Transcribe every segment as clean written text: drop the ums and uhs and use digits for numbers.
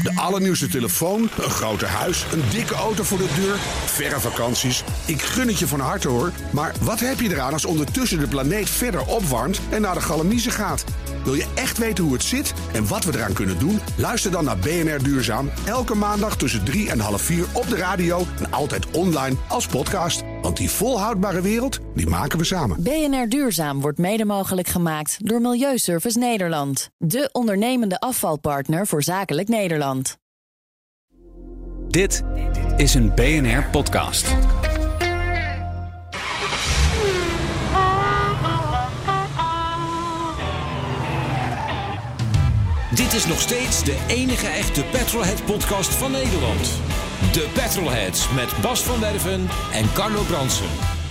De allernieuwste telefoon, een groter huis, een dikke auto voor de deur, verre vakanties. Ik gun het je van harte hoor. Maar wat heb je eraan als ondertussen de planeet verder opwarmt en naar de galamiezen gaat? Wil je echt weten hoe het zit en wat we eraan kunnen doen? Luister dan naar BNR Duurzaam. Elke maandag tussen 3 en half 4 op de radio en altijd online als podcast. Want die volhoudbare wereld, die maken we samen. BNR Duurzaam wordt mede mogelijk gemaakt door Milieuservice Nederland. De ondernemende afvalpartner voor zakelijk Nederland. Dit is een BNR-podcast. Dit is nog steeds de enige echte Petrolhead-podcast van Nederland. De Petrolheads met Bas van Werven en Carlo Bransen.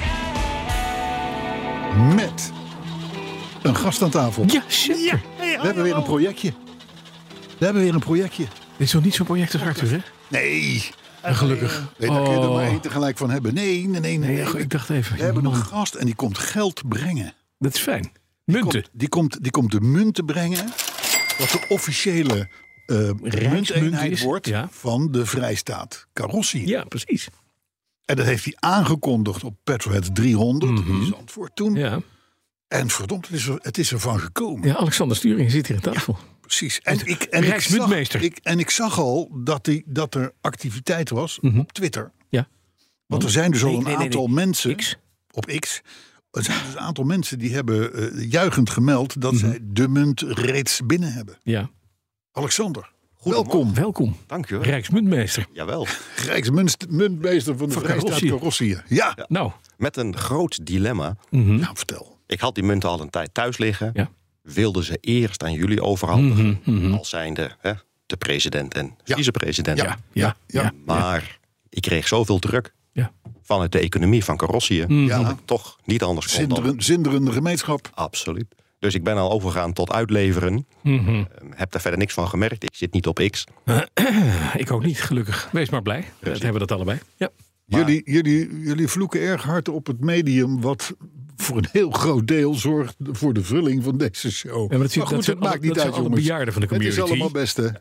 Met een gast aan tafel. Ja, zeker. We hebben weer een projectje. Dit is nog niet zo'n project als Arthur, hè? Nee. Gelukkig. Weet je, daar kun je er maar één tegelijk van hebben. Nee. Ik dacht even. We hebben een gast en die komt geld brengen. Dat is fijn. Munten. Die komt de munten brengen. Wat de officiële munteenheid wordt van de Vrijstaat Carrossie. Ja, precies. En dat heeft hij aangekondigd op Petrolheads 300 in Zandvoort toen. Ja. En verdomd, het is ervan gekomen. Ja, Alexander Sturing zit hier aan tafel. Ja, precies. En ik zag al dat er activiteit was op Twitter. Ja. Want er zijn dus al een aantal mensen X. op X. Er zijn dus een aantal mensen die hebben juichend gemeld dat zij de munt reeds binnen hebben. Ja. Alexander, welkom. Dank je wel. Rijksmuntmeester. Jawel. Rijksmuntmeester van de Vrijstaat Carrossie. Ja. Nou. Met een groot dilemma. Nou, vertel. Ik had die munten al een tijd thuis liggen. Ja. Wilde ze eerst aan jullie overhandigen. Als zijnde de president en vicepresident. Ja. Maar ik kreeg zoveel druk vanuit de economie van Carrossië. Dat ik toch niet anders kon dan. Zinderende gemeenschap. Absoluut. Dus ik ben al overgegaan tot uitleveren. Heb daar verder niks van gemerkt. Ik zit niet op X. Ik ook niet, gelukkig. Wees maar blij. We hebben dat allebei. Ja. Jullie vloeken erg hard op het medium wat voor een heel groot deel zorgt voor de vulling van deze show. Ja, maar goed, het maakt niet uit, alle jongens. bejaarden van de community. Het is allemaal beste.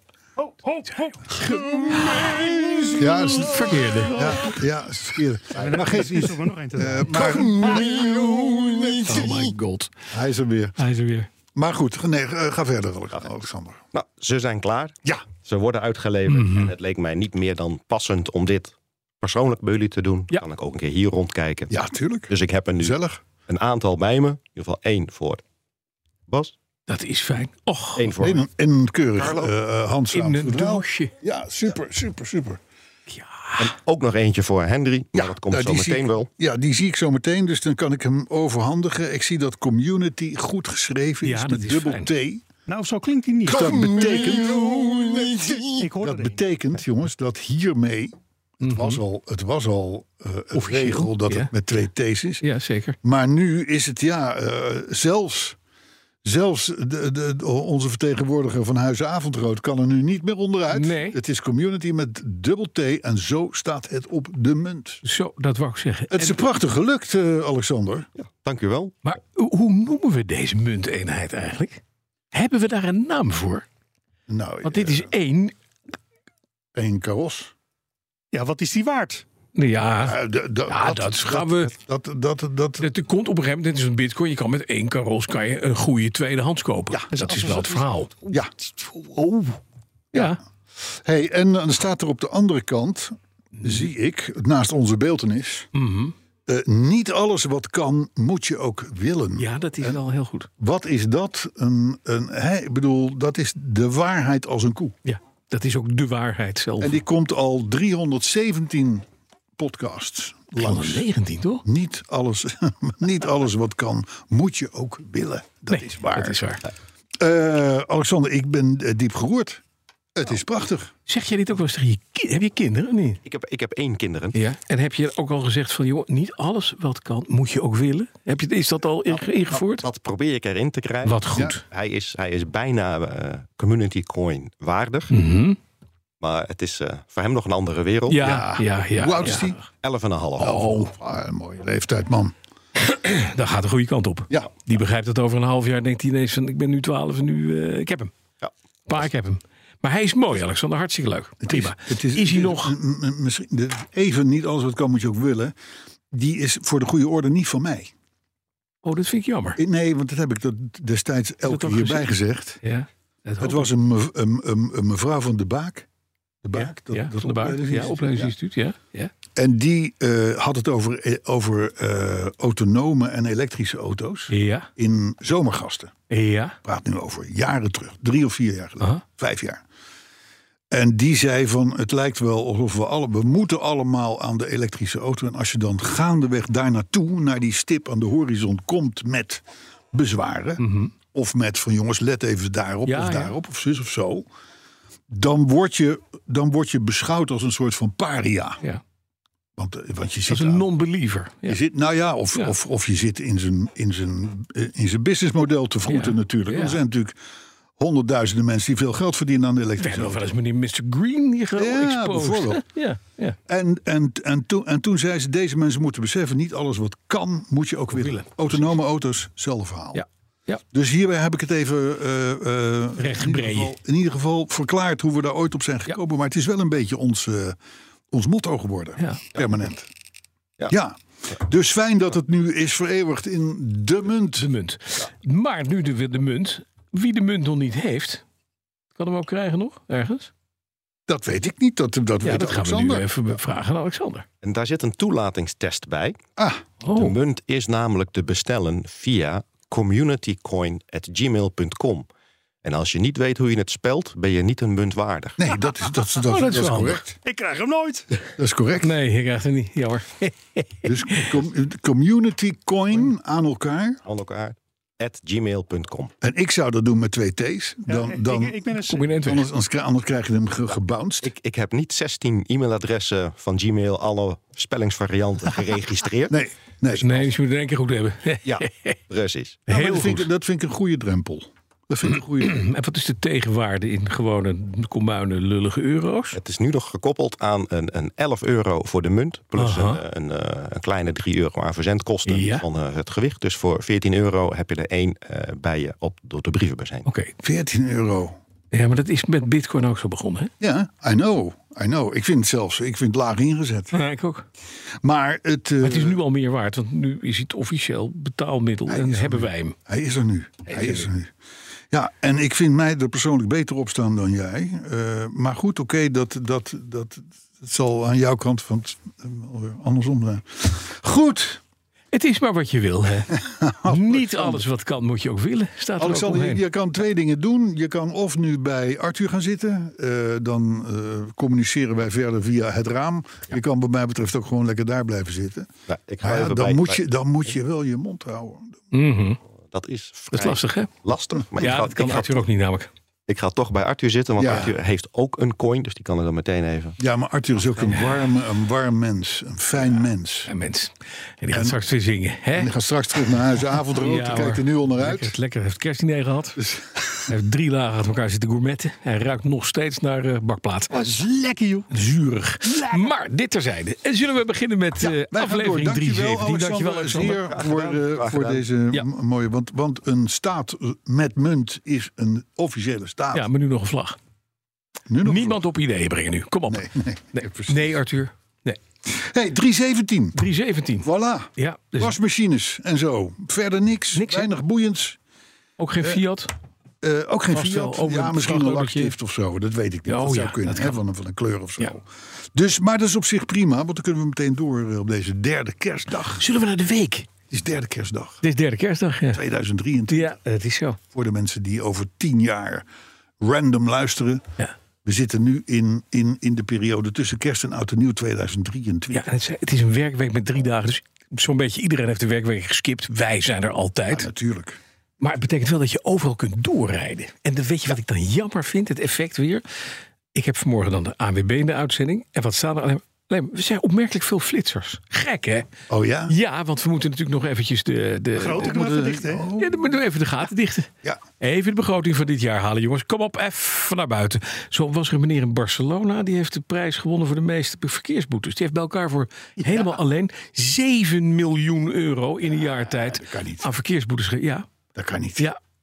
Ja, dat is het verkeerde. Ja, het is het verkeerde. Maar geef iets. er nog een te Oh my god. Hij is er weer. Maar goed, ga verder, Alexander. Nou, ze zijn klaar. Ja. Ze worden uitgeleverd. En het leek mij niet meer dan passend om dit persoonlijk bij jullie te doen. Ja. Kan ik ook een keer hier rondkijken. Ja, tuurlijk. Dus ik heb er nu een aantal bij me. In ieder geval 1 voor Bas. Dat is fijn. Och. 1 voor een keurig handzaam in een doosje. Ja, super. Ja. En ook nog eentje voor Henry. Maar dat komt zo meteen wel. Ja, die zie ik zo meteen. Dus dan kan ik hem overhandigen. Ik zie dat community goed geschreven is. Met dubbel T. Nou, zo klinkt hij niet. Dus dat betekent, jongens, dat hiermee. Het was al een regel dat het met 2 T's is. Ja, zeker. Maar nu is het zelfs onze vertegenwoordiger van Huizen Avondrood kan er nu niet meer onderuit. Nee. Het is community met dubbel T en zo staat het op de munt. Zo, dat wou ik zeggen. Het is een prachtig gelukt, Alexander. Ja, dank u wel. Maar hoe noemen we deze munteenheid eigenlijk? Hebben we daar een naam voor? Nou, Want dit is 1. Een karos. Ja, wat is die waard? Ja, dat gaan we. Het komt op een gegeven moment, dit is een bitcoin. Je kan met 1 karos een goede tweedehands kopen. Ja, dat is wel het verhaal. Ja. Ja. Hey, en dan staat er op de andere kant, zie ik, naast onze beeltenis. Niet alles wat kan, moet je ook willen. Ja, dat is wel heel goed. Wat is dat? Ik bedoel, dat is de waarheid als een koe. Ja, dat is ook de waarheid zelf. En die komt al 317 podcasts langs. 319, toch? Niet alles wat kan, moet je ook willen. Dat is waar. Dat is waar. Alexander, ik ben diep geroerd. Het is prachtig. Zeg jij dit ook wel eens tegen je kinderen? Heb je kinderen of niet? Ik heb 1 kinderen. Ja. En heb je ook al gezegd van, joh, niet alles wat kan, moet je ook willen? Is dat al ingevoerd? Dat probeer ik erin te krijgen. Wat goed. Ja. Hij is bijna community coin waardig. Maar het is voor hem nog een andere wereld. Ja. Hoe oud is die? 11,5. Mooie leeftijd, man. Dat gaat de goede kant op. Ja. Die begrijpt dat over een half jaar. Denkt hij ineens van, ik ben nu 12 en nu, ik heb hem. Ja. Pa, ik heb hem. Maar hij is mooi, Alexander. Hartstikke leuk. Prima. Is hij nog... Misschien, even niet alles wat kan moet je ook willen. Die is voor de goede orde niet van mij. Oh, dat vind ik jammer. Nee, want dat heb ik destijds elke keer hierbij gezegd. Ja, het was een mevrouw van de Baak. De Baak? Van de Baak. Ja, opleidingsinstituut. Ja. En die had het over autonome en elektrische auto's in zomergasten. Ja. Ik praat nu over jaren terug. 3 of 4 jaar geleden. 5 jaar. En die zei van, het lijkt wel alsof we moeten allemaal aan de elektrische auto. En als je dan gaandeweg daar naartoe, naar die stip aan de horizon komt met bezwaren. Mm-hmm. Of met van jongens, let even daarop of daarop of zus of zo. Dan word je beschouwd als een soort van paria. Ja. Want je zit als een non-believer. Ja. Je zit, of je zit in zijn businessmodel te vroeten natuurlijk. Ja. Er zijn natuurlijk honderdduizenden mensen die veel geld verdienen aan de elektrische auto. Wel eens meneer Mr. Green hier exposed. Bijvoorbeeld. Ja. En toen zei ze, deze mensen moeten beseffen, niet alles wat kan, moet je ook willen. Autonome auto's, zelf verhaal. Ja. Dus hierbij heb ik het even in ieder geval verklaard hoe we daar ooit op zijn gekomen. Ja. Maar het is wel een beetje ons motto geworden. Ja. Permanent. Ja. Dus fijn dat het nu is vereeuwigd in de munt. De munt. Ja. Maar nu de munt. Wie de munt nog niet heeft, kan hem ook krijgen nog ergens? Dat weet ik niet. Dat weet dat gaan we nu even vragen aan Alexander. En daar zit een toelatingstest bij. De munt is namelijk te bestellen via communitycoin@gmail.com. En als je niet weet hoe je het spelt, ben je niet een munt waardig. Nee, dat is correct. Ik krijg hem nooit. Dat is correct. Nee, je krijgt hem niet. Jammer. Dus communitycoin aan elkaar. @gmail.com. En ik zou dat doen met 2 T's. Anders krijg je hem gebounced. Ik heb niet 16 e-mailadressen van Gmail, alle spellingsvarianten geregistreerd. Nee, dus je moet het 1 keer goed hebben. Ja, precies. Dat vind ik een goede drempel. Dat vind ik een goede. En wat is de tegenwaarde in gewone commune lullige euro's? Het is nu nog gekoppeld aan een €11 voor de munt. Plus een kleine €3 aan verzendkosten van het gewicht. Dus voor €14 heb je er 1 bij je door de brievenbus heen. Oké. €14. Ja, maar dat is met Bitcoin ook zo begonnen, hè? Ja, I know. Ik vind het laag ingezet. Ja, ik ook. Maar het is nu al meer waard. Want nu is het officieel betaalmiddel. En hebben wij hem. Hij is er nu. Ja, en ik vind mij er persoonlijk beter op staan dan jij. Maar goed, oké, dat zal aan jouw kant van het andersom zijn. Goed. Het is maar wat je wil, hè? Niet alles wat kan, moet je ook willen. Staat er Alexander, je kan 2 dingen doen. Je kan of nu bij Arthur gaan zitten. Dan communiceren wij verder via het raam. Ja. Je kan wat mij betreft ook gewoon lekker daar blijven zitten. Ja, dan moet je wel je mond houden. Mm-hmm. Dat is lastig, hè? Lastig. Maar dat kan Arthur ook niet namelijk. Ik ga toch bij Arthur zitten, want Arthur heeft ook een coin. Dus die kan er dan meteen even. Ja, maar Arthur is ook een warm mens. Een fijn mens. Een mens. En die gaat straks weer zingen. Hè? En die gaat straks terug naar huis. Avondrood, die kijkt er nu al naar uit. Lekker heeft kerstdiner gehad. Dus. Hij heeft 3 dagen uit elkaar zitten gourmetten. Hij ruikt nog steeds naar bakplaat. Dat is lekker, joh. Zuurig. Lekker. Maar dit terzijde. En zullen we beginnen met aflevering 317. Dankjewel, Alexander. Voor deze mooie... Want een staat met munt is een officiële staat. Ja, maar nu nog een vlag. Niemand op ideeën brengen nu. Kom op. Nee, Arthur. Nee. Hey, 317. 317. Voilà. Ja, dus wasmachines en zo. Verder niks. Weinig boeiends. Ook geen Fiat? Ook geen Fiat. Ja, misschien een lakstift of zo. Dat weet ik niet. Dat zou kunnen. Van een kleur of zo. Ja. Dus, maar dat is op zich prima. Want dan kunnen we meteen door op deze 3e kerstdag. Zullen we naar de week? Het is 3e kerstdag. Dit is 3e kerstdag, ja. 2023. Ja, dat is zo. Voor de mensen die over 10 jaar random luisteren. Ja. We zitten nu in de periode tussen kerst en oud en nieuw 2023. Ja, het is een werkweek met 3 dagen. Dus zo'n beetje iedereen heeft de werkweek geskipt. Wij zijn er altijd. Ja, natuurlijk. Maar het betekent wel dat je overal kunt doorrijden. En dan weet je wat ik dan jammer vind, het effect weer. Ik heb vanmorgen dan de ANWB in de uitzending. En wat staat er alleen? We zijn opmerkelijk veel flitsers. Gek, hè? Oh ja? Ja, want we moeten natuurlijk nog eventjes de grote gaten dichten. Ja, dan moeten we even de gaten dichten. Ja. Even de begroting van dit jaar halen, jongens. Kom op, even naar buiten. Zo was er een meneer in Barcelona. Die heeft de prijs gewonnen voor de meeste verkeersboetes. Die heeft bij elkaar voor helemaal alleen €7 miljoen in een jaar tijd dat kan niet. aan verkeersboetes. Ja. Dat kan niet. Ja.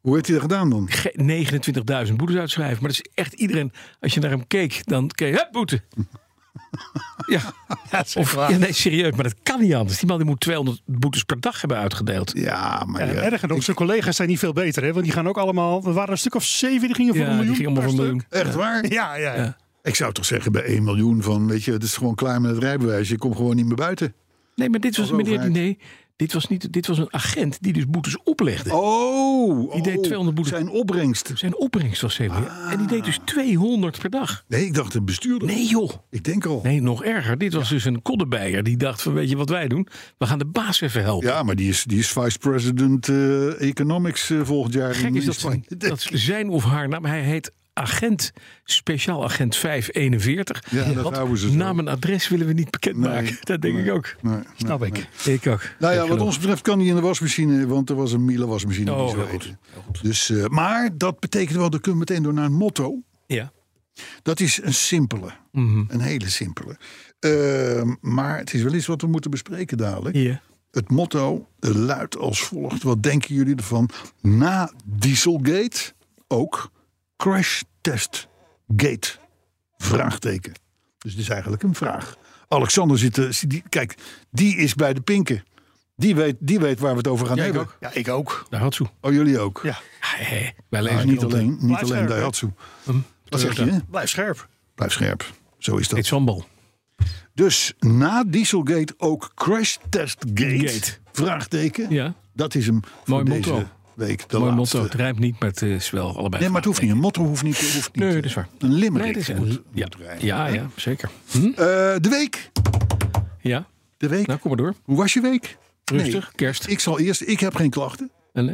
Hoe heeft hij dat gedaan dan? 29.000 boetes uitschrijven. Maar dat is echt iedereen. Als je naar hem keek, dan keek je, hup, boete. Ja, nee, serieus, maar dat kan niet anders. Die man die moet 200 boetes per dag hebben uitgedeeld. Ja, maar erger nog, zijn collega's zijn niet veel beter, hè? Want die gaan ook allemaal. Er waren een stuk of 7 die gingen voor $1 miljoen. Die gingen voor $1 miljoen. Echt waar? Ja. Ik zou toch zeggen bij 1 miljoen van, weet je, het is gewoon klaar met het rijbewijs. Je komt gewoon niet meer buiten. Nee, maar dit was dit was een agent die dus boetes oplegde. Die deed 200 boetes. Zijn opbrengst was 7 miljoen. En die deed dus 200 per dag. Nee, ik dacht een bestuurder. Nee joh. Ik denk al. Nee, nog erger. Dit was dus een koddebeier die dacht van, weet je wat wij doen? We gaan de baas even helpen. Ja, maar die is vice president economics volgend jaar. Gek is dat is zijn of haar naam. Hij heet speciaal agent 541. Ja, dat houden ze zo. Naam en adres willen we niet bekendmaken. Dat denk ik ook. Snap ik. Ik ook. Nou ja, wat ons betreft kan hij in de wasmachine, want er was een Miele wasmachine. Oh, heel goed. Dus, maar dat betekent wel, dat kunnen we meteen door naar een motto. Ja. Dat is een simpele. Een hele simpele. Maar het is wel iets wat we moeten bespreken dadelijk. Ja. Het motto luidt als volgt. Wat denken jullie ervan? Na Dieselgate ook Crash Test Gate? Vraagteken. Dus het is eigenlijk een vraag. Alexander kijk, die is bij de pinken. Die weet waar we het over gaan hebben. Ja, ik ook. Daihatsu. Oh, jullie ook? Ja. Wij lezen Niet alleen Daihatsu. Wat zeg je? Blijf scherp. Blijf scherp. Zo is dat. Het sambal. Dus na Dieselgate ook Crash Test Gate. Vraagteken. Ja. Dat is hem voor Mooi deze motto. week. De Mooi laatste. motto. Het rijmt niet, maar het is wel allebei. Nee, maar het hoeft niet. Een motto hoeft niet. Nee, dat is waar. Een limerick Nee, dat is moet rijmen. Ja, zeker. De week. Ja. De week. Nou, kom maar door. Hoe was je week? Rustig. Nee, Kerst. Ik zal eerst. Ik heb geen klachten. En,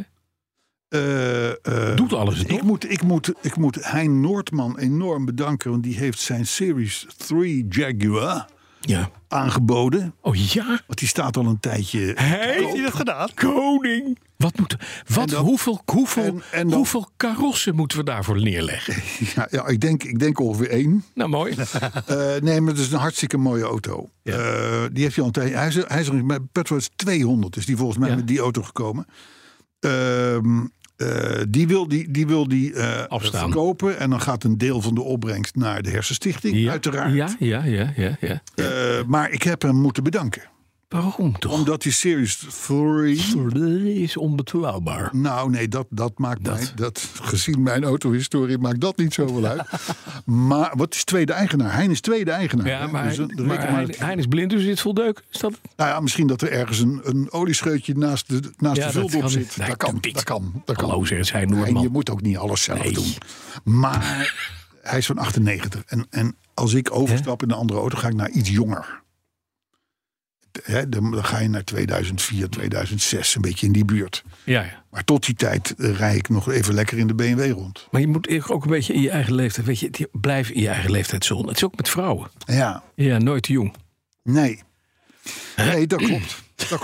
doet alles het ik moet Hein Noordman enorm bedanken, want die heeft zijn Series 3 Jaguar aangeboden. Oh ja? Want die staat al een tijdje. Heeft hij dat gedaan? Koning! Hoeveel karossen moeten we daarvoor neerleggen? Ja, ik denk ongeveer 1. Nou, mooi. Nee, maar het is een hartstikke mooie auto. Ja. Die heeft hij al een tijdje. Hij is met Petrolheads 200, is die volgens mij met die auto gekomen. Die wil die verkopen. En dan gaat een deel van de opbrengst naar de Hersenstichting, uiteraard. Ja. Maar ik heb hem moeten bedanken. Waarom toch? Omdat die Series 3 is onbetrouwbaar. Nou nee, dat maakt mij, gezien mijn autohistorie maakt dat niet zoveel uit. Maar wat is tweede eigenaar? Hein is tweede eigenaar. Ja, maar, dus Hein is blind, dus zit vol deuk. Is dat? Nou ja, misschien dat er ergens een oliescheutje naast de vuldop zit. Nee, dat kan. Hallo, zegt Hein Noordman. Je moet ook niet alles zelf doen. Maar hij is van 98. En als ik overstap in een andere auto, ga ik naar iets jonger. Dan ga je naar 2004, 2006, een beetje in die buurt. Ja. Maar tot die tijd rij ik nog even lekker in de BMW rond. Maar je moet ook een beetje in je eigen leeftijd, weet je, blijf in je eigen leeftijdszone. Het is ook met vrouwen. Ja. Ja, nooit te jong. Nee, dat klopt.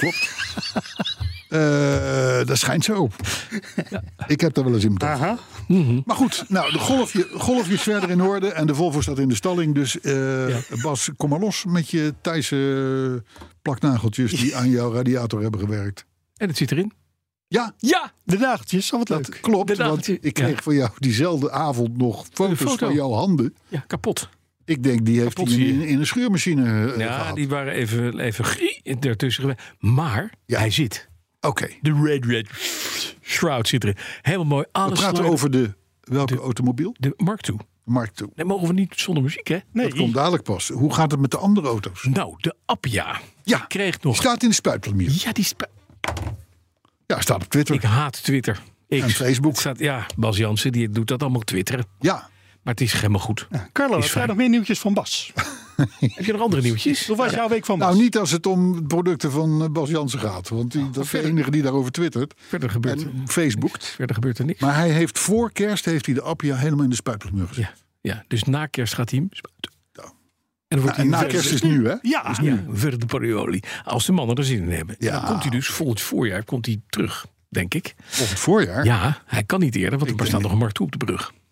Dat schijnt zo. Ja. Ik heb daar wel eens in betaald. Maar goed, nou, de golfje is verder in orde en de Volvo staat in de stalling. Dus Bas, kom maar los met je Thaise plaknageltjes die aan jouw radiator hebben gewerkt. En het zit erin. Ja, de nageltjes, wat leuk. Dat klopt, want ik kreeg van jou diezelfde avond nog foto's van jouw handen. Ja, kapot. Ik denk, die heeft hij in een schuurmachine gehad. Die waren even ertussen geweest. Maar hij zit. Oké. De red shroud zit erin. Helemaal mooi. Alles we praten over welke automobiel? De Mark II. Mark II. Nee, mogen we niet zonder muziek, hè? Nee. Dat komt dadelijk pas. Hoe gaat het met de andere auto's? Nou, de Appia. Ja, kreeg nog. Die staat in de spuitplamier. Ja, Ja, staat op Twitter. Ik haat Twitter. En Facebook. Bas Jansen, die doet dat allemaal twitteren. Ja. Maar het is helemaal goed. Ja, Carlo, heb jij nog meer nieuwtjes van Bas? Heb je nog andere nieuwtjes? Hoe was jouw week van Bas? Nou, niet als het om producten van Bas Jansen gaat. Want dat is de enige die daarover twittert. Verder gebeurt en Facebookt. Verder gebeurt er niks. Maar hij heeft voor kerst de Appia helemaal in de spuitplamier gezet. Ja, dus na kerst gaat hij hem spuiten. En na kerst is nu, hè? Ja, is nu. Verde Parioli. Als de mannen er zin in hebben. Ja. Dan komt hij dus volgend voorjaar terug, denk ik. Volgend voorjaar? Ja, hij kan niet eerder, want er staat nog een Mark II op de brug.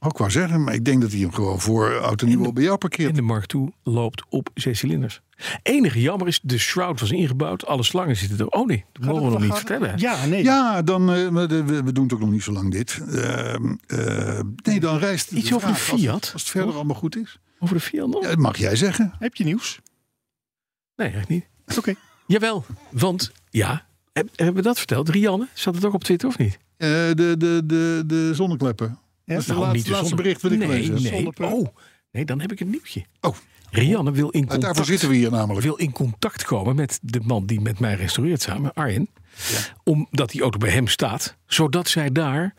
Ook wou zeggen, maar ik denk dat hij hem gewoon voor oud en nieuw al bij jou parkeert. En de Mark II loopt op 6 cilinders. Enige jammer is, de shroud was ingebouwd. Alle slangen zitten er. Oh nee, dat mogen we nog niet vertellen. Ja, nee. Ja, dan, we doen het ook nog niet zo lang dit. Nee, dan reist Iets de over de vraag, Fiat. Als het verder allemaal goed is. Over de Fiat nog? Ja, dat mag jij zeggen. Heb je nieuws? Nee, eigenlijk niet. Oké. Jawel, want ja, hebben we dat verteld? Rianne, zat het ook op Twitter of niet? De zonnekleppen. Ja, dat is Nou, het laatste bericht wat ik lezen. Nee, dan heb ik een nieuwtje. Oh. Rianne wil in Daarvoor contact, zitten we hier namelijk. wil in contact komen met de man die met mij restaureert samen, Arjen. Ja. Omdat die auto bij hem staat. Zodat zij daar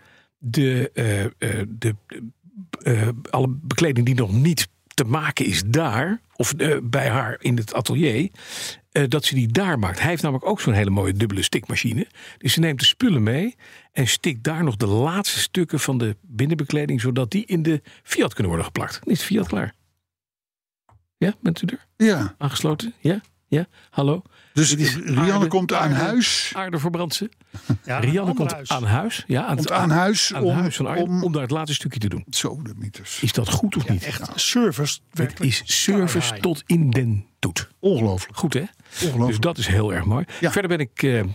alle bekleding die nog niet te maken is daar, of bij haar in het atelier, dat ze die daar maakt. Hij heeft namelijk ook zo'n hele mooie dubbele stikmachine. Dus ze neemt de spullen mee en stikt daar nog de laatste stukken van de binnenbekleding, zodat die in de Fiat kunnen worden geplakt. Dan is de Fiat klaar. Ja, bent u er? Ja. Aangesloten? Ja? Ja? Hallo? Dus Rianne komt aan huis. Aarde verbrandt ze. Ja, Rianne komt aan huis. Ja, aan huis van Arjen, om daar het laatste stukje te doen. Zo, de mythes. Is dat goed of niet? Echt service. Het is service tot in den toet. Ongelooflijk. Goed, hè? Ongelooflijk. Dus dat is heel erg mooi. Ja. Verder ben ik,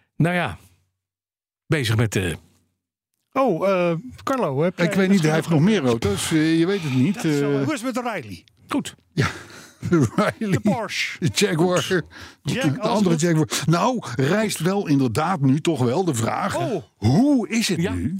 bezig met de... Carlo. Ik weet niet, hij heeft nog meer auto's. Je weet het niet. Hoe is het met de Riley? Goed. Ja. Riley, De Porsche. de Jaguar, de andere Jaguar. Nou, rijst wel inderdaad nu toch wel de vraag. Hoe is het nu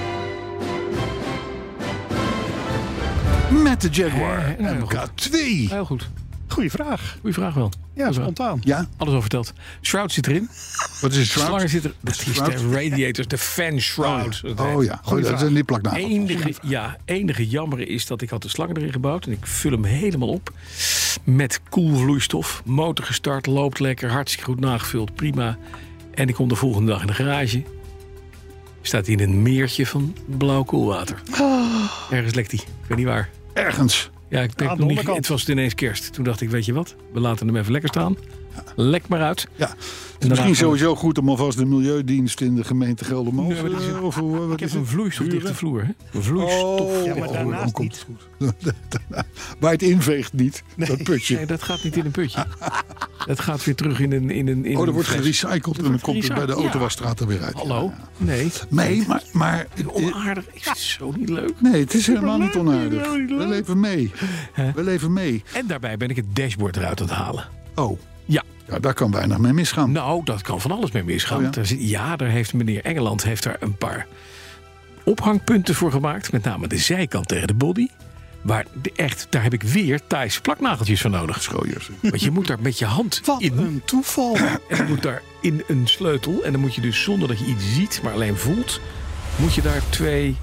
met de Jaguar MK2? Heel goed. Goeie vraag. Goeie vraag wel. Ja, spontaan. Ja, Alles al verteld. Shroud zit erin. wat is het? Slangen zit er. Dat is de radiators, de fan shroud. Dat is die plaknaam. Enige jammer is dat ik had de slangen erin gebouwd. En ik vul hem helemaal op. Met koelvloeistof. Motor gestart, loopt lekker. Hartstikke goed nagevuld. Prima. En ik kom de volgende dag in de garage. Staat hij in een meertje van blauw koelwater. Ergens lekt hij. Ik weet niet waar. Ergens. Ja, ik denk nog niet. Het was ineens kerst. Toen dacht ik, weet je wat? We laten hem even lekker staan. Lek maar uit. Ja, het is misschien sowieso goed om alvast de Milieudienst in de gemeente Geldermalsen. Ik heb een vloeistofdichte vloer. Hè? Een vloeistof. Ja, maar daarnaast niet. Waar het inveegt niet, dat putje. Nee, dat gaat niet in een putje. Dat gaat weer terug in een er wordt gerecycled en dan komt het bij de autowasstraat er weer uit. Hallo? Ja. Nee, maar onaardig is zo niet leuk. Nee, het is helemaal niet onaardig. We leven mee. We leven mee. En daarbij ben ik het dashboard eruit aan het halen. Oh. Ja. Ja, daar kan weinig mee misgaan. Nou, dat kan van alles mee misgaan. Oh, ja? Daar heeft meneer Engeland daar een paar ophangpunten voor gemaakt. Met name de zijkant tegen de body. Waar daar heb ik weer Thaise plaknageltjes voor nodig. Schooiers. Want je moet daar met je hand in. Wat een toeval. En dan moet daar in een sleutel. En dan moet je dus zonder dat je iets ziet, maar alleen voelt. Moet je daar 2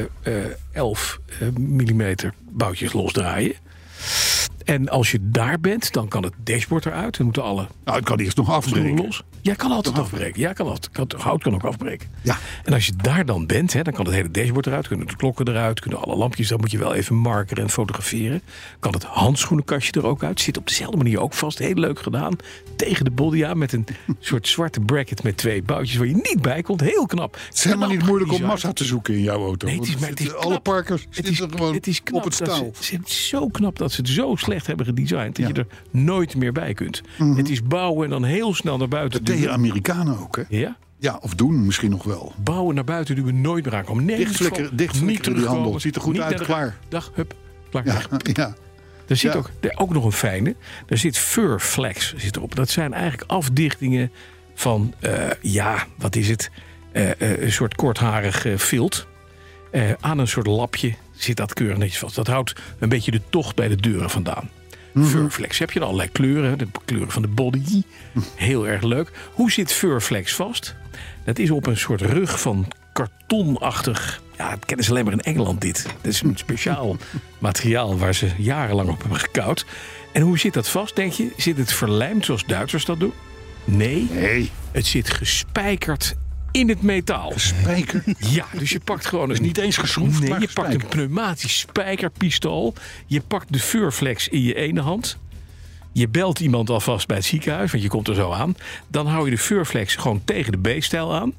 11 millimeter boutjes losdraaien. En als je daar bent, dan kan het dashboard eruit. Dan moeten alle... Nou, ik kan eerst nog afbreken. Los. Ja, kan altijd afbreken. Ja, hout kan ook afbreken. Ja. En als je daar dan bent, dan kan het hele dashboard eruit. Kunnen de klokken eruit, kunnen alle lampjes. Dan moet je wel even markeren en fotograferen. Kan het handschoenenkastje er ook uit. Zit op dezelfde manier ook vast. Heel leuk gedaan. Tegen de body aan met een soort zwarte bracket met 2 boutjes waar je niet bij komt. Heel knap. Het is helemaal niet moeilijk om massa te zoeken in jouw auto. Nee, het is alle parkers zitten gewoon op het staal. Het is zo knap dat ze het zo slecht hebben gedesigned dat je er nooit meer bij kunt. Het is bouwen en dan heel snel naar buiten. Dat deden Amerikanen ook, hè? Ja? Ja, of doen misschien nog wel. Bouwen naar buiten doen we nooit meer aankomen. Nee, dichtflikkeren die handel. Ziet er goed uit, klaar. Dag, hup, klaar. Ja. Er zit ook nog een fijne. Daar zit Furflex erop. Dat zijn eigenlijk afdichtingen van, wat is het? Een soort kortharig vilt. Aan een soort lapje zit dat keurig netjes vast. Dat houdt een beetje de tocht bij de deuren vandaan. Furflex heb je dan allerlei kleuren. De kleuren van de body. Heel erg leuk. Hoe zit Furflex vast? Dat is op een soort rug van kartonachtig. Ja, dat kennen ze alleen maar in Engeland dit. Dat is een speciaal materiaal waar ze jarenlang op hebben gekauwd. En hoe zit dat vast, denk je? Zit het verlijmd zoals Duitsers dat doen? Nee. Het zit gespijkerd in het metaal. Spijker? Ja, dus je pakt gewoon niet eens geschroefd. Nee, je pakt een pneumatisch spijkerpistool. Je pakt de Furflex in je ene hand. Je belt iemand alvast bij het ziekenhuis, want je komt er zo aan. Dan hou je de Furflex gewoon tegen de B-stijl aan.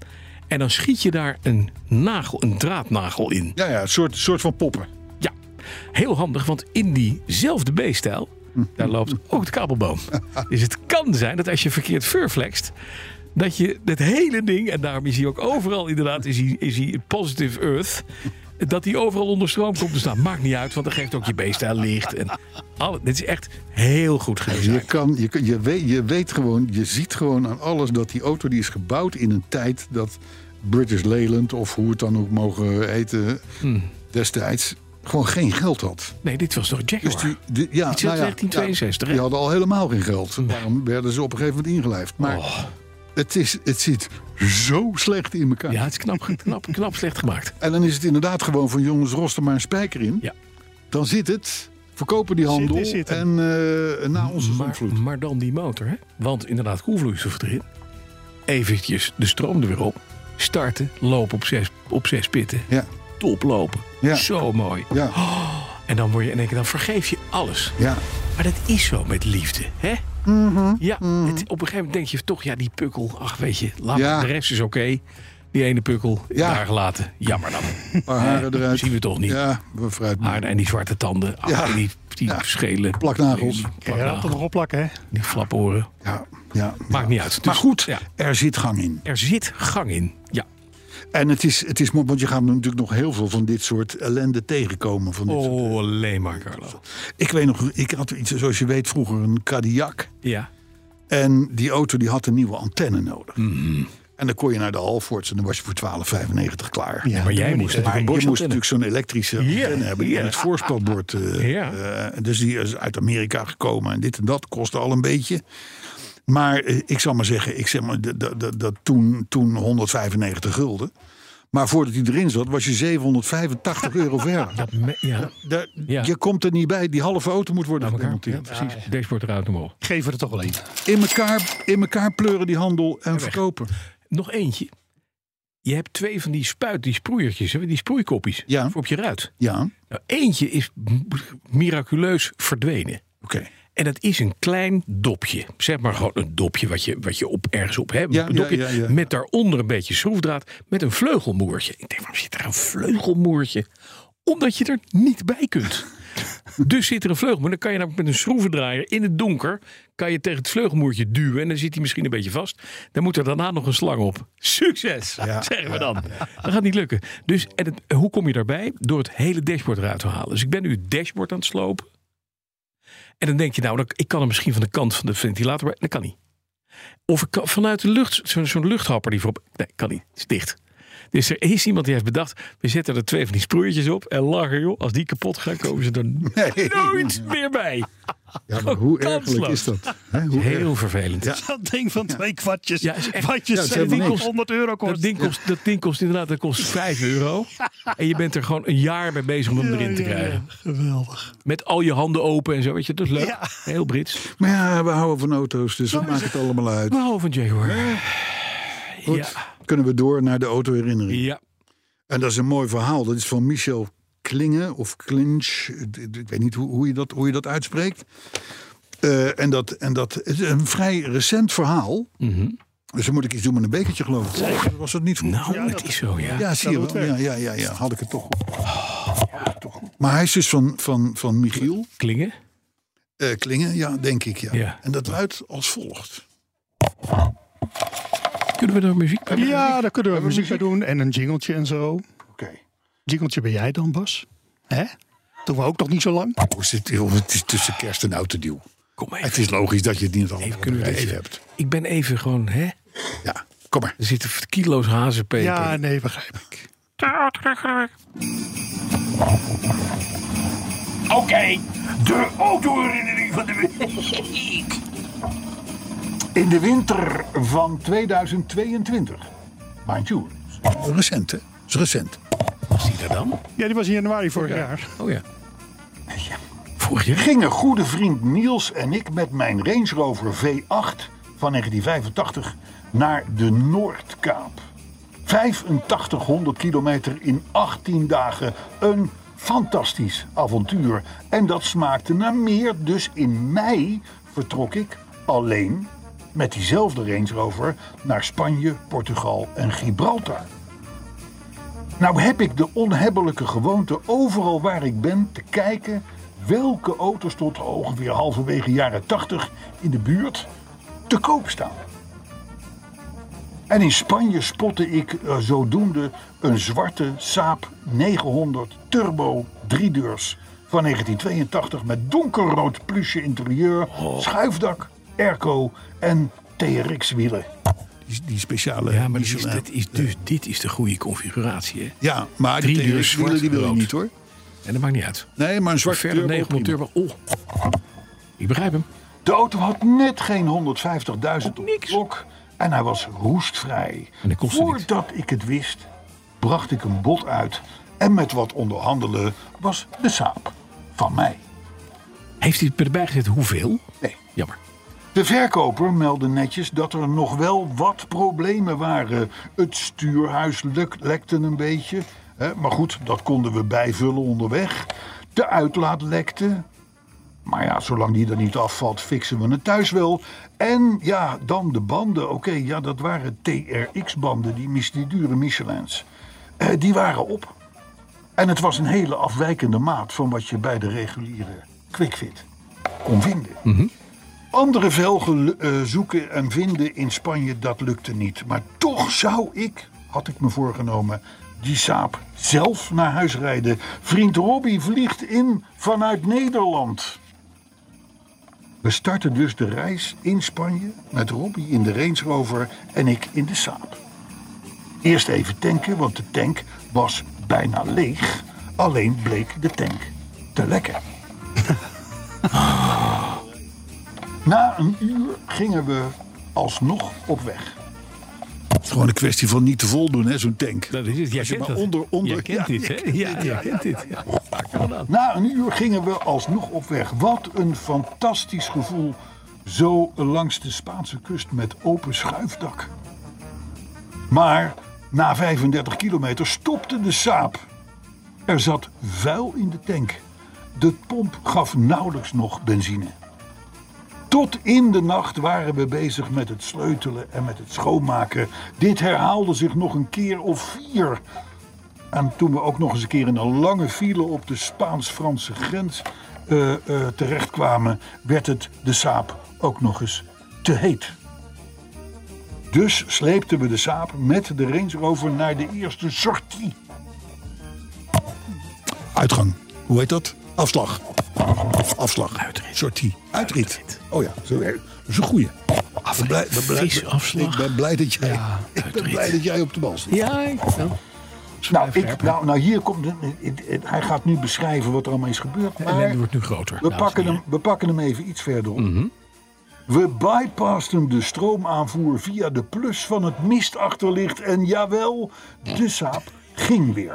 En dan schiet je daar een draadnagel in. Ja, een soort van poppen. Ja, heel handig, want in diezelfde B-stijl, daar loopt ook de kabelboom. Dus het kan zijn dat als je verkeerd furflext, dat je het hele ding, en daarom is hij ook overal inderdaad, is hij positive earth, dat hij overal onder stroom komt te staan. Maakt niet uit, want dan geeft ook je B-stijl licht. En dit is echt heel goed gedesigned. Je weet gewoon, je ziet gewoon aan alles dat die auto die is gebouwd in een tijd dat British Leyland, of hoe het dan ook mogen heten, destijds gewoon geen geld had. Nee, dit was toch Jaguar? Dus die 1962. Die hadden al helemaal geen geld. Daarom werden ze op een gegeven moment ingelijfd. Maar het zit zo slecht in elkaar. Ja, het is knap slecht gemaakt. En dan is het inderdaad gewoon van jongens, rost er maar een spijker in. Ja. Dan zit het. Verkopen die handel en na onze zondvloed. Maar dan die motor, hè? Want inderdaad, koelvloeistof erin. Eventjes de stroom er weer op. Starten, lopen op 6 pitten. Ja. Top lopen. Ja. Zo mooi. Ja. En dan word je in één keer, dan vergeef je alles. Ja. Maar dat is zo met liefde, hè? Mm-hmm. Ja. Op een gegeven moment denk je toch, die pukkel. Ach, weet je, de rest is oké. Die ene pukkel daar gelaten. Jammer dan. Een paar haren eruit. Zien we toch niet. Ja, we fruit. Haren en die zwarte tanden. En die schele plaknagels. Kan je dat er nog opplakken, hè? Die flaporen. Ja. Maakt niet uit. Dus, maar goed, er zit gang in. Er zit gang in, ja. En het is want je gaat natuurlijk nog heel veel van dit soort ellende tegenkomen. Alleen maar, Carlo. Ik weet nog, ik had iets, zoals je weet, vroeger een Cadillac. Ja. En die auto die had een nieuwe antenne nodig. Mm-hmm. En dan kon je naar de Halfords en dan was je voor $12,95 klaar. Ja, maar jij moest natuurlijk zo'n elektrische antenne hebben die in het voorspelbord. Dus die is uit Amerika gekomen en dit en dat kostte al een beetje. Maar ik zal maar zeggen, dat toen 195 gulden. Maar voordat hij erin zat, was je €785 verder. Je komt er niet bij. Die halve auto moet worden gedemonteerd. Ja, precies. Dashboard eruit omhoog. Geef er toch wel een. In elkaar pleuren die handel en verkopen. Nog eentje. Je hebt 2 van die sproeiertjes, die sproeikoppies voor op je ruit. Ja. Nou, eentje is miraculeus verdwenen. Oké. En dat is een klein dopje. Zeg maar gewoon een dopje wat je ergens op hebt. Een dopje met daaronder een beetje schroefdraad met een vleugelmoertje. Ik denk, waarom zit er een vleugelmoertje? Omdat je er niet bij kunt. Dus zit er een vleugelmoer. Dan kan je met een schroevendraaier in het donker kan je tegen het vleugelmoertje duwen. En dan zit hij misschien een beetje vast. Dan moet er daarna nog een slang op. Succes, zeggen we dan. Dat gaat niet lukken. Dus hoe kom je daarbij? Door het hele dashboard eruit te halen. Dus ik ben nu het dashboard aan het slopen. En dan denk je, ik kan hem misschien van de kant van de ventilator bij. Dat kan niet. Of ik kan vanuit de lucht, zo'n luchthapper die voorop. Nee, kan niet. Het is dicht. Dus er is iemand die heeft bedacht, we zetten er 2 van die sproeiertjes op en lachen, joh. Als die kapot gaan, komen ze er nooit meer bij. Ja, maar hoe ergelijk is dat? Heel vervelend. Ja. Dat ding van 2 kwartjes. Ja, is echt, €100 kost. Dat ding kost inderdaad, dat kost €5. En je bent er gewoon een jaar mee bezig om hem erin te krijgen. Geweldig. Met al je handen open en zo, weet je. Dat is leuk. Ja. Heel Brits. Maar we houden van auto's, dus we maken het allemaal uit. We houden van Jaguar. Goed, kunnen we door naar de autoherinnering. Ja. En dat is een mooi verhaal. Dat is van Michel Klinge of Klinch. Ik weet niet hoe je dat uitspreekt. En dat is een vrij recent verhaal. Mm-hmm. Dus dan moet ik iets doen met een bekertje, geloof ik. Was dat niet goed? Nou, het is zo, ja. Ja, zie je wel. Ja. Had ik het toch goed. Maar hij is dus van Michiel. Klinge? Klinge, ja, denk ik, ja. En dat luidt als volgt. Kunnen we daar muziek bij doen? Ja, daar kunnen we muziek bij doen. En een jingletje en zo. Oké. Jingletje ben jij dan, Bas? Hè? Doen we ook nog niet zo lang? Het is tussen kerst en oud en nieuw. Kom even. Het is logisch dat je het niet allemaal even hebt. Ik ben even gewoon, hè? Ja, kom maar. Er zitten kilo's hazenpeper. Ja, nee, begrijp ik. Oké, de autoherinnering van de week. In de winter van 2022. Mind you. Recent, hè? Dat is recent. Was die er dan? Ja, die was in januari vorig jaar. Oh ja. Ja. Vorig jaar? Gingen goede vriend Niels en ik met mijn Range Rover V8 van 1985 naar de Noordkaap. 8500 kilometer in 18 dagen. Een fantastisch avontuur. En dat smaakte naar meer. Dus in mei vertrok ik alleen met diezelfde Range Rover naar Spanje, Portugal en Gibraltar. Nou heb ik de onhebbelijke gewoonte overal waar ik ben te kijken welke auto's tot ongeveer halverwege jaren 80 in de buurt te koop staan. En in Spanje spotte ik zodoende een zwarte Saab 900 Turbo 3-deurs van 1982 met donkerrood pluche interieur, schuifdak, airco en TRX-wielen. Die speciale. Ja, maar dit is de goede configuratie. Hè? Ja, maar die TRX-wielen die wil je niet hoor. En dat maakt niet uit. Nee, maar een zwarte verder 900 turbo. Oh, ik begrijp hem. De auto had net geen 150.000 op de klok. En hij was roestvrij. Voordat ik het wist, bracht ik een bod uit. En met wat onderhandelen was de Saab van mij. Heeft hij erbij gezet hoeveel? Nee. Jammer. De verkoper meldde netjes dat er nog wel wat problemen waren. Het stuurhuis lekte een beetje. Maar goed, dat konden we bijvullen onderweg. De uitlaat lekte. Maar ja, zolang die er niet afvalt, fixen we het thuis wel. En ja, dan de banden. Oké, dat waren TRX-banden, die dure Michelins. Die waren op. En het was een hele afwijkende maat van wat je bij de reguliere QuickFit kon vinden. Mm-hmm. Andere velgen zoeken en vinden in Spanje, dat lukte niet. Maar toch had ik me voorgenomen, die Saab zelf naar huis rijden. Vriend Robbie vliegt in vanuit Nederland. We starten dus de reis in Spanje met Robbie in de Range Rover en ik in de Saab. Eerst even tanken, want de tank was bijna leeg. Alleen bleek de tank te lekken. Na een uur gingen we alsnog op weg. Het is gewoon een kwestie van niet te vol doen, hè, zo'n tank. Dat is het. Jij kent onder. Jij kent dit, hè? Ja, jij kent dit. Ja. Na een uur gingen we alsnog op weg. Wat een fantastisch gevoel. Zo langs de Spaanse kust met open schuifdak. Maar na 35 kilometer stopte de Saab. Er zat vuil in de tank. De pomp gaf nauwelijks nog benzine. Tot in de nacht waren we bezig met het sleutelen en met het schoonmaken. Dit herhaalde zich nog een keer of 4. En toen we ook nog eens een keer in een lange file op de Spaans-Franse grens terechtkwamen, werd het de Saab ook nog eens te heet. Dus sleepten we de Saab met de Range Rover naar de eerste sortie. Uitgang. Hoe heet dat? Afslag. Uitrit. Sortie. Uitrit. Oh ja, dat is een goeie. Ik ben blij dat jij op de bal staat. Ja, ik wel. Nou, hier komt. Hij gaat nu beschrijven wat er allemaal is gebeurd. Maar het wordt nu groter. We pakken hem even iets verder op. Mm-hmm. We bypasten de stroomaanvoer via de plus van het mistachterlicht. En jawel, de Saab ging weer.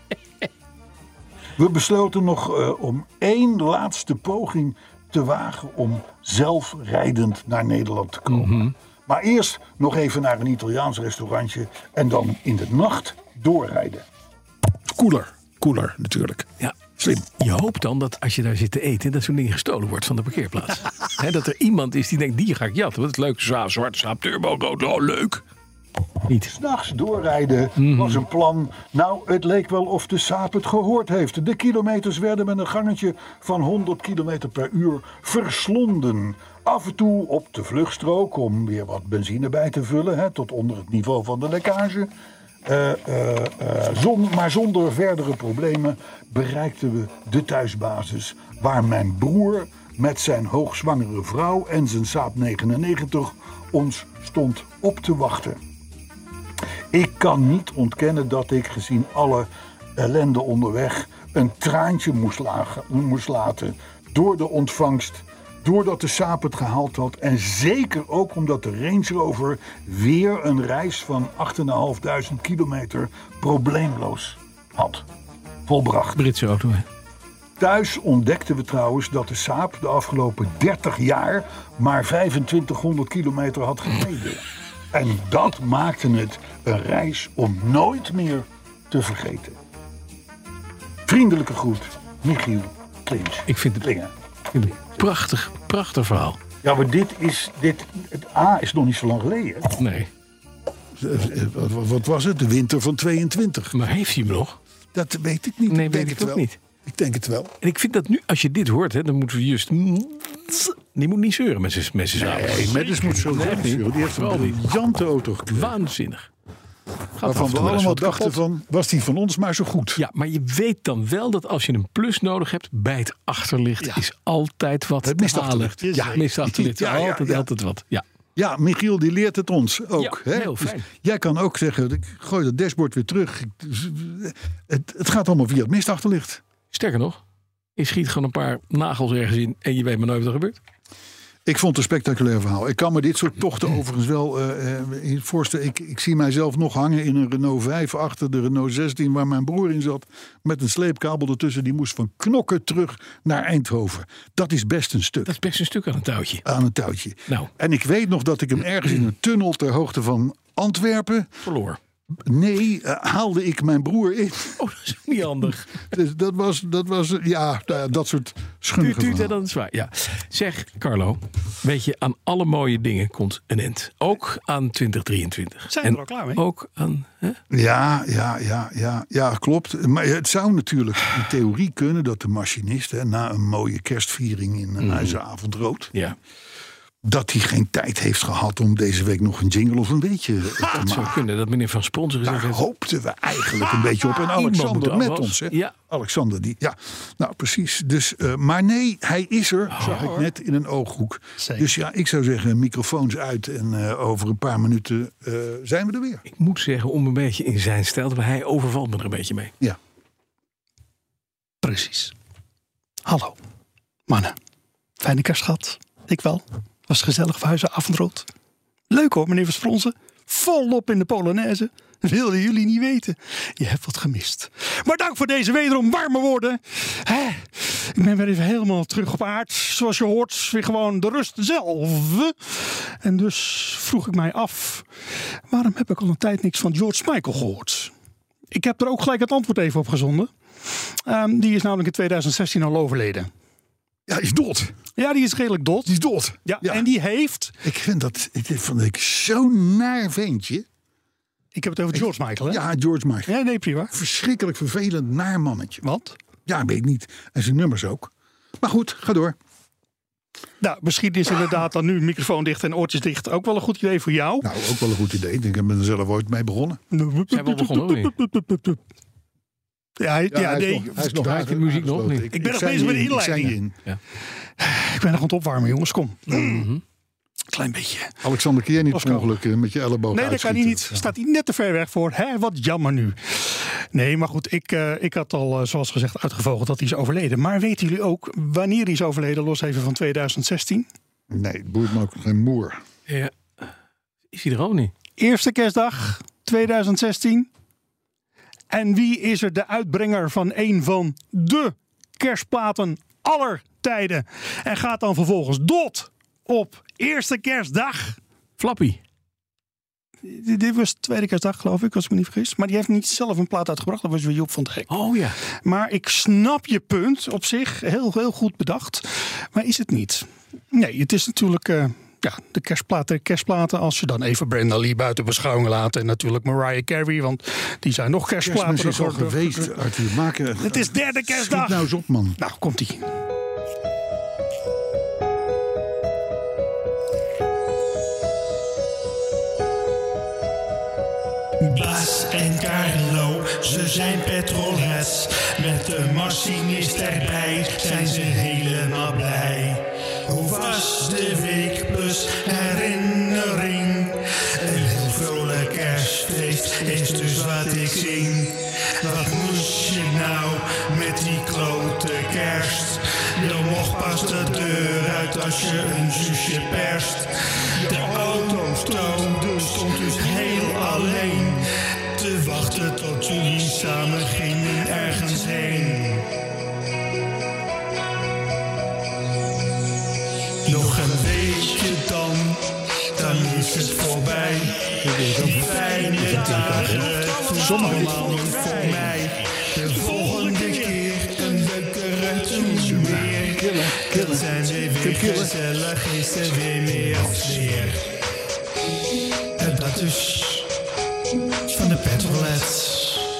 We besloten nog om 1 laatste poging te wagen om zelfrijdend naar Nederland te komen. Mm-hmm. Maar eerst nog even naar een Italiaans restaurantje en dan in de nacht doorrijden. Koeler natuurlijk. Ja. Slim. Je hoopt dan dat als je daar zit te eten, dat zo'n ding gestolen wordt van de parkeerplaats. Dat er iemand is die denkt, die ga ik jatten. Wat is leuk, zwarte Saab turbo, rood, oh leuk. Niet. 's Nachts doorrijden was een plan. Nou, het leek wel of de Saab het gehoord heeft. De kilometers werden met een gangetje van 100 kilometer per uur verslonden. Af en toe op de vluchtstrook om weer wat benzine bij te vullen, tot onder het niveau van de lekkage. Maar zonder verdere problemen bereikten we de thuisbasis, waar mijn broer met zijn hoogzwangere vrouw en zijn Saab 99 ons stond op te wachten. Ik kan niet ontkennen dat ik, gezien alle ellende onderweg, een traantje moest laten door de ontvangst, doordat de Saab het gehaald had en zeker ook omdat de Range Rover weer een reis van 8.500 kilometer probleemloos had volbracht. Britse auto, hè? Thuis ontdekten we trouwens dat de Saab de afgelopen 30 jaar maar 2500 kilometer had gereden. En dat maakte het een reis om nooit meer te vergeten. Vriendelijke groet, Michiel Klims. Ik vind het een prachtig verhaal. Ja, maar het A is nog niet zo lang geleden. Nee. Wat was het? De winter van 22. Maar heeft hij hem nog? Dat weet ik niet. Nee, ik denk weet ik het ook wel. niet. Ik denk het wel. En ik vind dat nu, als je dit hoort, hè, dan moeten we juist... Die moet niet zeuren met zijn zaal. Nee, Medders moet zo Nee, zeggen. Die heeft vooral een niet. briljante auto gekregen. Waanzinnig. Waarvan we allemaal dachten van, was die van ons maar zo goed? Ja, maar je weet dan wel dat als je een plus nodig hebt bij het achterlicht, is altijd wat Het te mistachterlicht. halen. Ja. Mistachterlicht. Ja, ja, ja. Altijd wat. Ja. Ja, Michiel die leert het ons ook. Ja, hè? heel fijn. Dus jij kan ook zeggen, ik gooi dat dashboard weer terug. Het gaat allemaal via het mistachterlicht. Sterker nog, je schiet gewoon een paar nagels ergens in en je weet maar nooit wat er gebeurt. Ik vond het een spectaculair verhaal. Ik kan me dit soort tochten overigens wel voorstellen. Ik zie mijzelf nog hangen in een Renault 5 achter de Renault 16... waar mijn broer in zat, met een sleepkabel ertussen. Die moest van Knokke terug naar Eindhoven. Dat is best een stuk. Dat is best een stuk aan een touwtje. Aan een touwtje. Nou. En ik weet nog dat ik hem ergens in een tunnel ter hoogte van Antwerpen... Verloor. Nee, haalde ik mijn broer in. Oh, dat is niet handig. Dus dat was ja, dat soort schunnige Tuut, verhalen. dat is waar. Ja. Zeg, Carlo, weet je, aan alle mooie dingen komt een end. Ook aan 2023. Zijn we er al klaar mee? Ook aan... Hè? Ja, klopt. Maar het zou natuurlijk in theorie kunnen dat de machinist... Hè, na een mooie kerstviering in Huizen Avondrood... Ja. dat hij geen tijd heeft gehad om deze week nog een jingle of een weetje te Het zou maken. kunnen dat meneer Van Sponsor gezegd Daar heeft... hoopten we eigenlijk een beetje op. En Iemand Alexander moet met afwas. ons. Hè? Ja. Alexander, nou precies. Dus, maar nee, hij is er, zag ik net in een ooghoek. Zeker. Dus ja, ik zou zeggen, microfoons uit. En over een paar minuten zijn we er weer. Ik moet zeggen, om een beetje in zijn stijl... maar hij overvalt me er een beetje mee. Ja. Precies. Hallo, mannen. Fijne kerst gehad. Ik wel. Was gezellig voor Huizen Avondrood. Leuk hoor, meneer Verspronsen. Volop in de Polonaise. Wilden jullie niet weten. Je hebt wat gemist. Maar dank voor deze wederom warme woorden. Ik ben weer even helemaal terug op aard. Zoals je hoort, weer gewoon de rust zelf. En dus vroeg ik mij af... waarom heb ik al een tijd niks van George Michael gehoord? Ik heb er ook gelijk het antwoord even op gezonden. Die is namelijk in 2016 al overleden. Ja, hij is dood. Ja, die is redelijk dood. Die is dood. Ja, en die heeft... Ik vind dat van ik zo'n naar ventje. Ik heb het over George Michael, hè? Ja, George Michael. Ja, nee, prima. Verschrikkelijk vervelend naar mannetje. Wat? Ja, weet ik niet. En zijn nummers ook. Maar goed, ga door. Nou, misschien is inderdaad dan nu microfoon dicht en oortjes dicht ook wel een goed idee voor jou. Nou, ook wel een goed idee. Ik heb er zelf ooit mee begonnen. Zijn we al begonnen, of niet? Ja, Hij is nog draait die muziek nog niet. Ik ben nog bezig met de inleiding. Ik ben nog aan het opwarmen, jongens. Kom. Klein beetje. Alexander, kun jij niet Pascal. per ongeluk met je elleboog Nee, dat kan hij uitschieten? niet. Staat hij net te ver weg voor. Hè, wat jammer nu. Nee, maar goed. Ik had al, zoals gezegd, uitgevogeld dat hij is overleden. Maar weten jullie ook wanneer hij is overleden? Los even van 2016. Nee, het boeit me ook geen moer. Ja. Is hij er ook niet? Eerste kerstdag 2016. En wie is er de uitbrenger van een van de kerstplaten aller tijden? En gaat dan vervolgens dood op eerste kerstdag. Flappy. Dit was tweede kerstdag, geloof ik, als ik me niet vergis. Maar die heeft niet zelf een plaat uitgebracht. Dat was weer Joep van het Hek. Oh ja. Maar ik snap je punt op zich. Heel, heel goed bedacht. Maar is het niet? Nee, het is natuurlijk... de kerstplaten. Als je dan even Brenda Lee buiten beschouwing laat. En natuurlijk Mariah Carey. Want die zijn nog kerstplaten. Kerstmis is al geweest, Arthur. Het is derde kerstdag. Schiet nou eens op, man. Nou, komt-ie. Bas en Carlo, ze zijn petrolheads. Met de machinist erbij zijn ze helemaal blij. Hoe was de week plus herinnering? Een heel vrolijk kerstfeest is dus wat ik zing. Wat moest je nou met die klote kerst? Je mocht pas de deur uit als je een zusje perst. De auto stond dus heel alleen te wachten tot jullie samen gingen ergens heen. Nog een weekje dan is het voorbij. Die fijne dagen, allemaal voor mij. De volgende keer een leukere toer meer. Het zijn weer gezellig, is er weer meer sfeer. En dat is van de Petrolheads.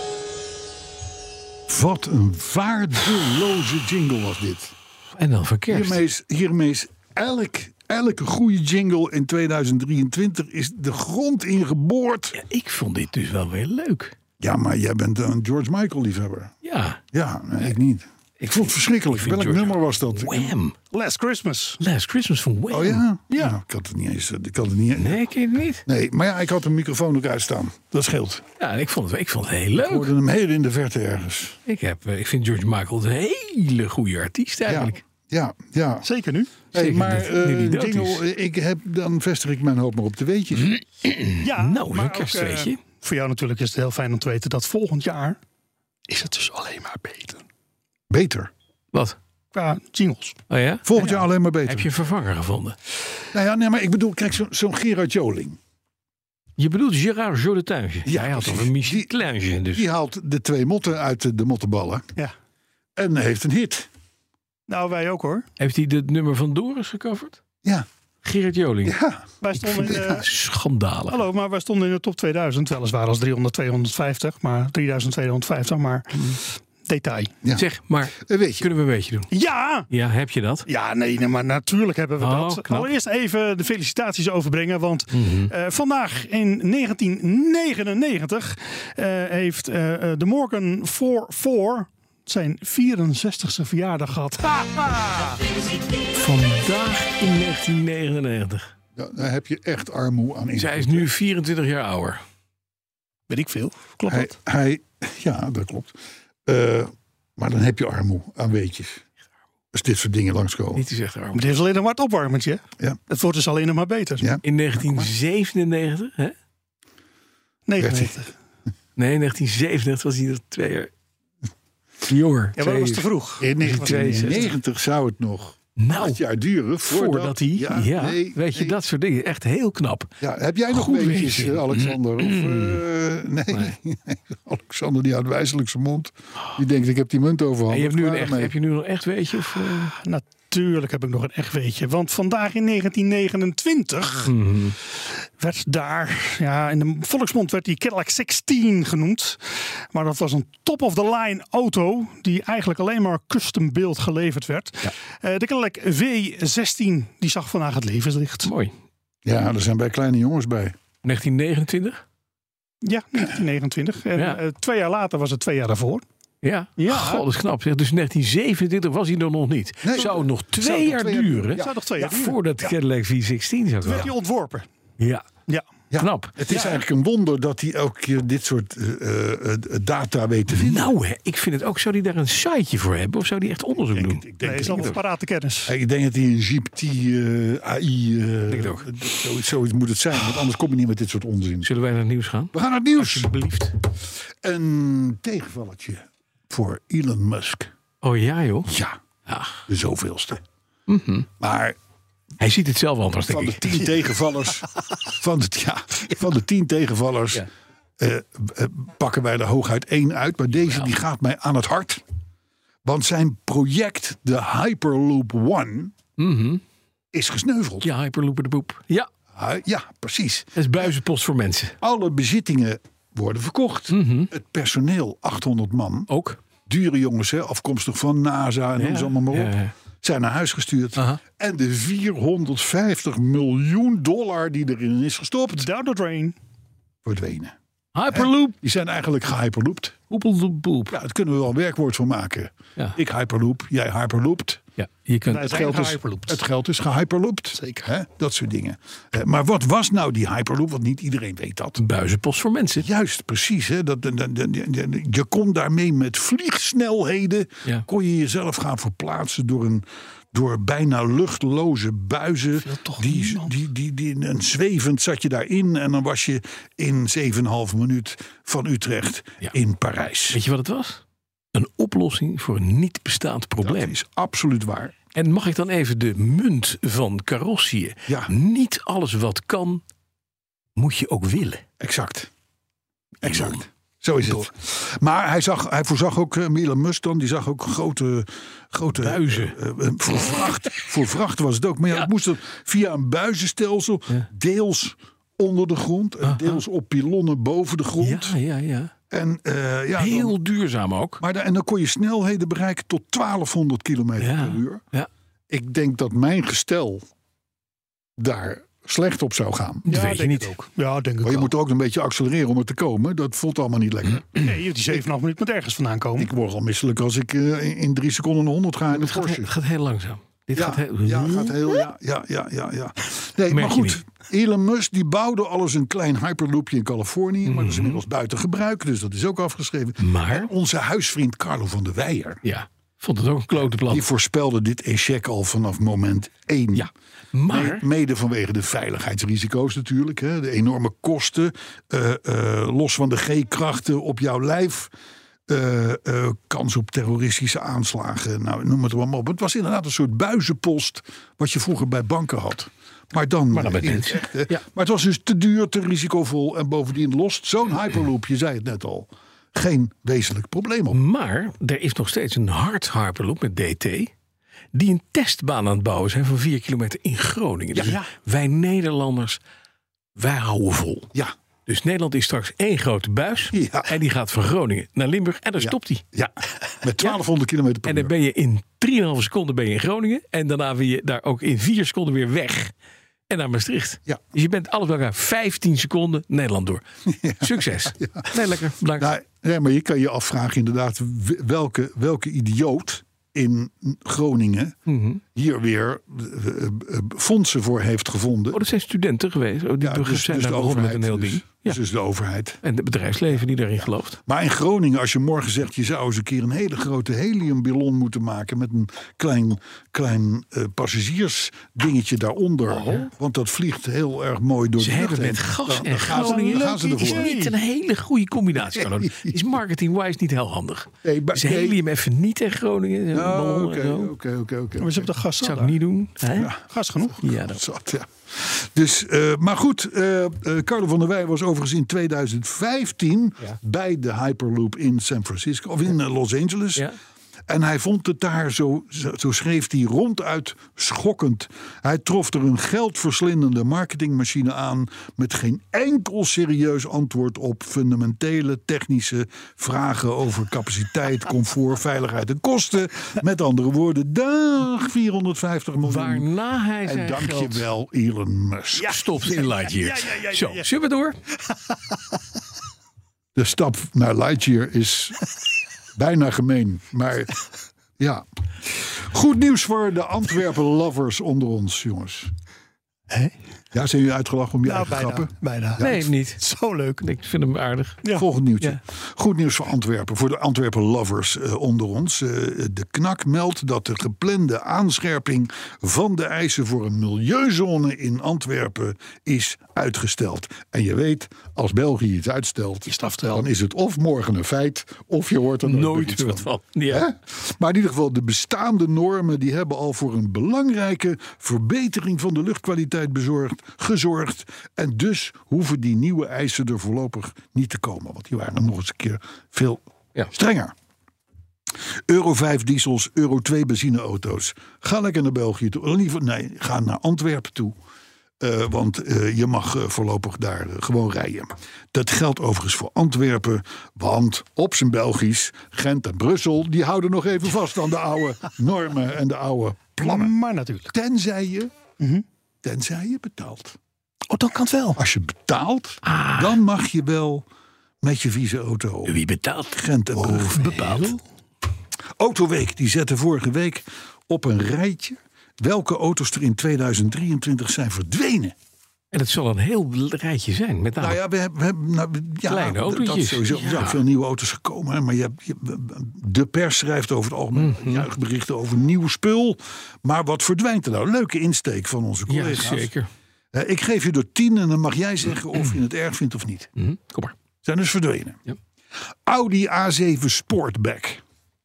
Wat een waardeloze jingle was dit. En dan verkeerd. Hiermee is elke goede jingle in 2023 is de grond ingeboord. Ja, ik vond dit dus wel weer leuk. Ja, maar jij bent een George Michael liefhebber. Ja. Ja, nee, ik niet. Ik vond het verschrikkelijk. Welk nummer was dat? Wham! Last Christmas. Last Christmas van Wham! Oh ja? Ja. Nou, ik had het niet eens. Nee, ik ken het niet. Nee, maar ja, ik had een microfoon ook uitstaan. Dat scheelt. Ja, ik vond het heel leuk. Ik hoorde hem heel in de verte ergens. Ik vind George Michael een hele goede artiest eigenlijk. Ja. Zeker nu. Hey, maar jingle, dan vestig ik mijn hoop maar op de weetjes. Ja, nou, een kerstweetje. Voor jou natuurlijk is het heel fijn om te weten dat volgend jaar is het dus alleen maar beter. Beter? Wat? Qua jingles. Oh ja? Volgend jaar alleen maar beter. Heb je een vervanger gevonden? Nou ja, nee, maar ik bedoel, kijk, zo'n Gerard Joling. Je bedoelt Gérard Jolintage. Ja, hij had toch een Michelinge dus. Die haalt de 2 motten uit de mottenballen. Ja. En heeft een hit. Nou, wij ook hoor. Heeft hij het nummer van Doris gecoverd? Ja. Gerard Joling. Ja. Wij stonden schandalig. Hallo, maar wij stonden in de top 2000. Weliswaar als 250, maar 3250, maar detail. Ja. Zeg, maar kunnen we een beetje doen? Ja! Ja, heb je dat? Ja, nee, maar natuurlijk hebben we dat. Knap. Allereerst even de felicitaties overbrengen. Want vandaag in 1999 heeft de Morgan 4 zijn 64ste verjaardag gehad. Vandaag in 1999. Ja, daar heb je echt armoe aan in. Zij is nu 24 jaar ouder. Weet ik veel. Klopt dat? Ja, dat klopt. Maar dan heb je armoe aan weetjes. Als dit soort dingen langskomen. Niet is echt armoe. Maar dit is alleen nog maar het opwarmertje. Ja. Het wordt dus alleen nog maar beter. Ja. In 1997, hè? 99. Nee, 1997 was hij er 2 jaar jonger. Ja, maar dat was te vroeg. In 1992 zou het nog 8 jaar duren voordat hij... weet je, dat soort dingen. Echt heel knap. Ja, heb jij nog weetjes, Alexander? Of, nee. Alexander die houdt wijselijk zijn mond. Die denkt, ik heb die munt overhandigd. Heb je nu nog echt weetje? Of, Natuurlijk heb ik nog een echt weetje. Want vandaag in 1929 werd daar... Ja, in de volksmond werd die Cadillac 16 genoemd. Maar dat was een top-of-the-line auto... die eigenlijk alleen maar custom build geleverd werd. Ja. De Cadillac V16 die zag vandaag het levenslicht. Mooi. Ja, er zijn bij kleine jongens bij. 1929? Ja, 1929. En 2 jaar later was het 2 jaar daarvoor. Ja, god, dat is knap. Dus 1927 was hij er nog niet. Nee, zou het nog 2 jaar duren? Ja. Zou nog 2 jaar duren. Voordat Cadillac V16 zou komen. Werd hij ontworpen. Ja. Knap. Het is eigenlijk een wonder dat hij ook dit soort data weet te vinden. Nou, ik vind het ook. Zou hij daar een siteje voor hebben? Of zou hij echt onderzoek doen? Ik denk is al parate kennis. Ik denk dat hij een GPT AI... Zoiets moet het zijn. Want anders kom je niet met dit soort onzin. Zullen wij naar het nieuws gaan? We gaan naar het nieuws. Alsjeblieft. Een tegenvalletje voor Elon Musk. Oh ja, joh. Ja, de zoveelste. Maar... Hij ziet het zelf anders, denk ik. Van de 10 tegenvallers... van de 10 tegenvallers... pakken wij er hooguit 1 uit. Maar deze die gaat mij aan het hart. Want zijn project, de Hyperloop One... is gesneuveld. Ja, Hyperloop de boep. Ja. Ja, precies. Dat is buizenpost voor mensen. Alle bezittingen worden verkocht. Het personeel, 800 man. Ook. Dure jongens, hè, afkomstig van NASA en noem ze allemaal maar op. Zijn naar huis gestuurd. En de $450 miljoen die erin is gestopt. Down the drain. Verdwenen. Hyperloop. Die zijn eigenlijk gehyperloopt. Hoepeldoepboep. Ja, daar kunnen we wel een werkwoord van maken. Ja. Ik hyperloop, jij hyperloopt. Ja, je kunt het geld is gehyperloopt. Zeker. Hè? Dat soort dingen. Maar wat was nou die hyperloop? Want niet iedereen weet dat. Een buizenpost voor mensen. Juist, precies. Hè? Je kon daarmee met vliegsnelheden... kon je jezelf gaan verplaatsen door bijna luchtloze buizen. En zwevend zat je daarin. En dan was je in 7,5 minuut van Utrecht in Parijs. Weet je wat het was? Een oplossing voor een niet bestaand probleem. Dat is absoluut waar. En mag ik dan even de munt van Carrossië? Ja. Niet alles wat kan, moet je ook willen. Exact. Zo is het. Maar hij voorzag ook, Elon Musk dan, die zag ook grote buizen. Voor vracht was het ook. Maar het moest dat via een buizenstelsel, deels onder de grond en deels op pilonnen boven de grond. Ja. En, heel duurzaam ook. Maar en dan kon je snelheden bereiken tot 1200 kilometer per uur. Ja. Ik denk dat mijn gestel daar slecht op zou gaan. Dat weet je niet. Ook. Ja, denk ik Maar je wel. moet ook een beetje accelereren om er te komen. Dat voelt allemaal niet lekker. Nee, die 7,5 minuten moet ergens vandaan komen. Ik word al misselijk als ik in 3 seconden naar 100 ga in een Porsche. Het gaat heel langzaam. Ja. Nee, maar goed. Elon Musk die bouwde alles een klein hyperloopje in Californië. Maar dat is inmiddels buiten gebruik. Dus dat is ook afgeschreven. Maar en onze huisvriend Carlo van der Weijer. Ja, vond het ook een klote plan. Die voorspelde dit échec al vanaf moment 1. Ja, maar mede vanwege de veiligheidsrisico's natuurlijk. Hè, de enorme kosten. Los van de G-krachten op jouw lijf. Kans op terroristische aanslagen. Nou, noem het maar op. Het was inderdaad een soort buizenpost. Wat je vroeger bij banken had. Maar dan met in mensen. het echt, Ja. Maar het was dus te duur, te risicovol. En bovendien lost zo'n hyperloop, je zei het net al, geen wezenlijk probleem op. Maar er is nog steeds een hard hyperloop met DT. Die een testbaan aan het bouwen zijn van 4 kilometer in Groningen. Dus wij Nederlanders, wij houden vol. Ja. Dus Nederland is straks één grote buis. Ja. En die gaat van Groningen naar Limburg. En dan stopt hij. Ja, met 1200 kilometer per En uur. dan ben je in 3,5 seconden ben je in Groningen. En daarna ben je daar ook in 4 seconden weer weg. En naar Maastricht. Ja. Dus je bent alles bij elkaar 15 seconden Nederland door. Succes. Nee, lekker. Bedankt. Nou, nee, maar je kan je afvragen inderdaad welke idioot in Groningen hier weer fondsen voor heeft gevonden. Oh, dat zijn studenten geweest. Oh, die zijn daar begonnen met een heel ding. Ja. Dus de overheid. En het bedrijfsleven die daarin gelooft. Maar in Groningen, als je morgen zegt, je zou eens een keer een hele grote heliumballon moeten maken met een klein passagiersdingetje daaronder. Want dat vliegt heel erg mooi door Ze de lucht hebben heen. met gas Dan en gaan ze Groningen is ervoor. niet een hele goede combinatie. Is marketing-wise niet heel handig. Nee, Dus helium even niet in Groningen. Oké. Maar ze hebben toch gas Zou zat ik niet doen. Hè? Gas genoeg. Ja, dat. Zat, ja. Dus, maar goed, Carlo van der Weijer was overigens in 2015 bij de Hyperloop in San Francisco of in Los Angeles. Ja. En hij vond het daar, zo schreef hij, ronduit schokkend. Hij trof er een geldverslindende marketingmachine aan met geen enkel serieus antwoord op fundamentele technische vragen over capaciteit, comfort, veiligheid en kosten. Met andere woorden, dag 450 miljoen. Waarna hij zijn En geld dankjewel Elon Musk. stopt in Lightyear. Zo, zullen we door? De stap naar Lightyear is bijna gemeen. Maar ja. Goed nieuws voor de Antwerpen lovers onder ons, jongens. Hé? Ja, zijn jullie uitgelachen om je eigen grappen? Bijna. Nee, niet. Zo leuk. Ik vind hem aardig. Ja. Volgend nieuwtje. Ja. Goed nieuws voor Antwerpen. Voor de Antwerpen lovers onder ons. De KNAK meldt dat de geplande aanscherping van de eisen voor een milieuzone in Antwerpen is uitgesteld. En je weet, als België iets uitstelt, dan is het of morgen een feit, of je hoort er Nooit iets meer wat van. van. Ja. Hè? Maar in ieder geval, de bestaande normen die hebben al voor een belangrijke verbetering van de luchtkwaliteit gezorgd. En dus hoeven die nieuwe eisen er voorlopig niet te komen. Want die waren nog eens een keer veel strenger. Euro 5 diesels, Euro 2 benzineauto's. Ga lekker naar België toe. Nee, ga naar Antwerpen toe. Want je mag voorlopig daar gewoon rijden. Dat geldt overigens voor Antwerpen. Want op zijn Belgisch, Gent en Brussel, die houden nog even vast aan de oude normen en de oude plannen. Maar natuurlijk. Tenzij je betaalt. Oh, dan kan het wel. Als je betaalt, dan mag je wel met je vieze auto. Wie betaalt? Gent en Brussel. Bepaald. Autoweek, die zette vorige week op een rijtje welke auto's er in 2023 zijn verdwenen. En het zal een heel rijtje zijn. Met name. Nou ja, we hebben Kleine autootjes. Dat is sowieso. Er zijn veel nieuwe auto's gekomen. Hè, maar de pers schrijft over het algemeen juichberichten over nieuw spul. Maar wat verdwijnt er nou? Leuke insteek van onze collega's. Ja, zeker. Ik geef je er 10 en dan mag jij zeggen of je het erg vindt of niet. Kom maar. Zijn dus verdwenen. Ja. Audi A7 Sportback.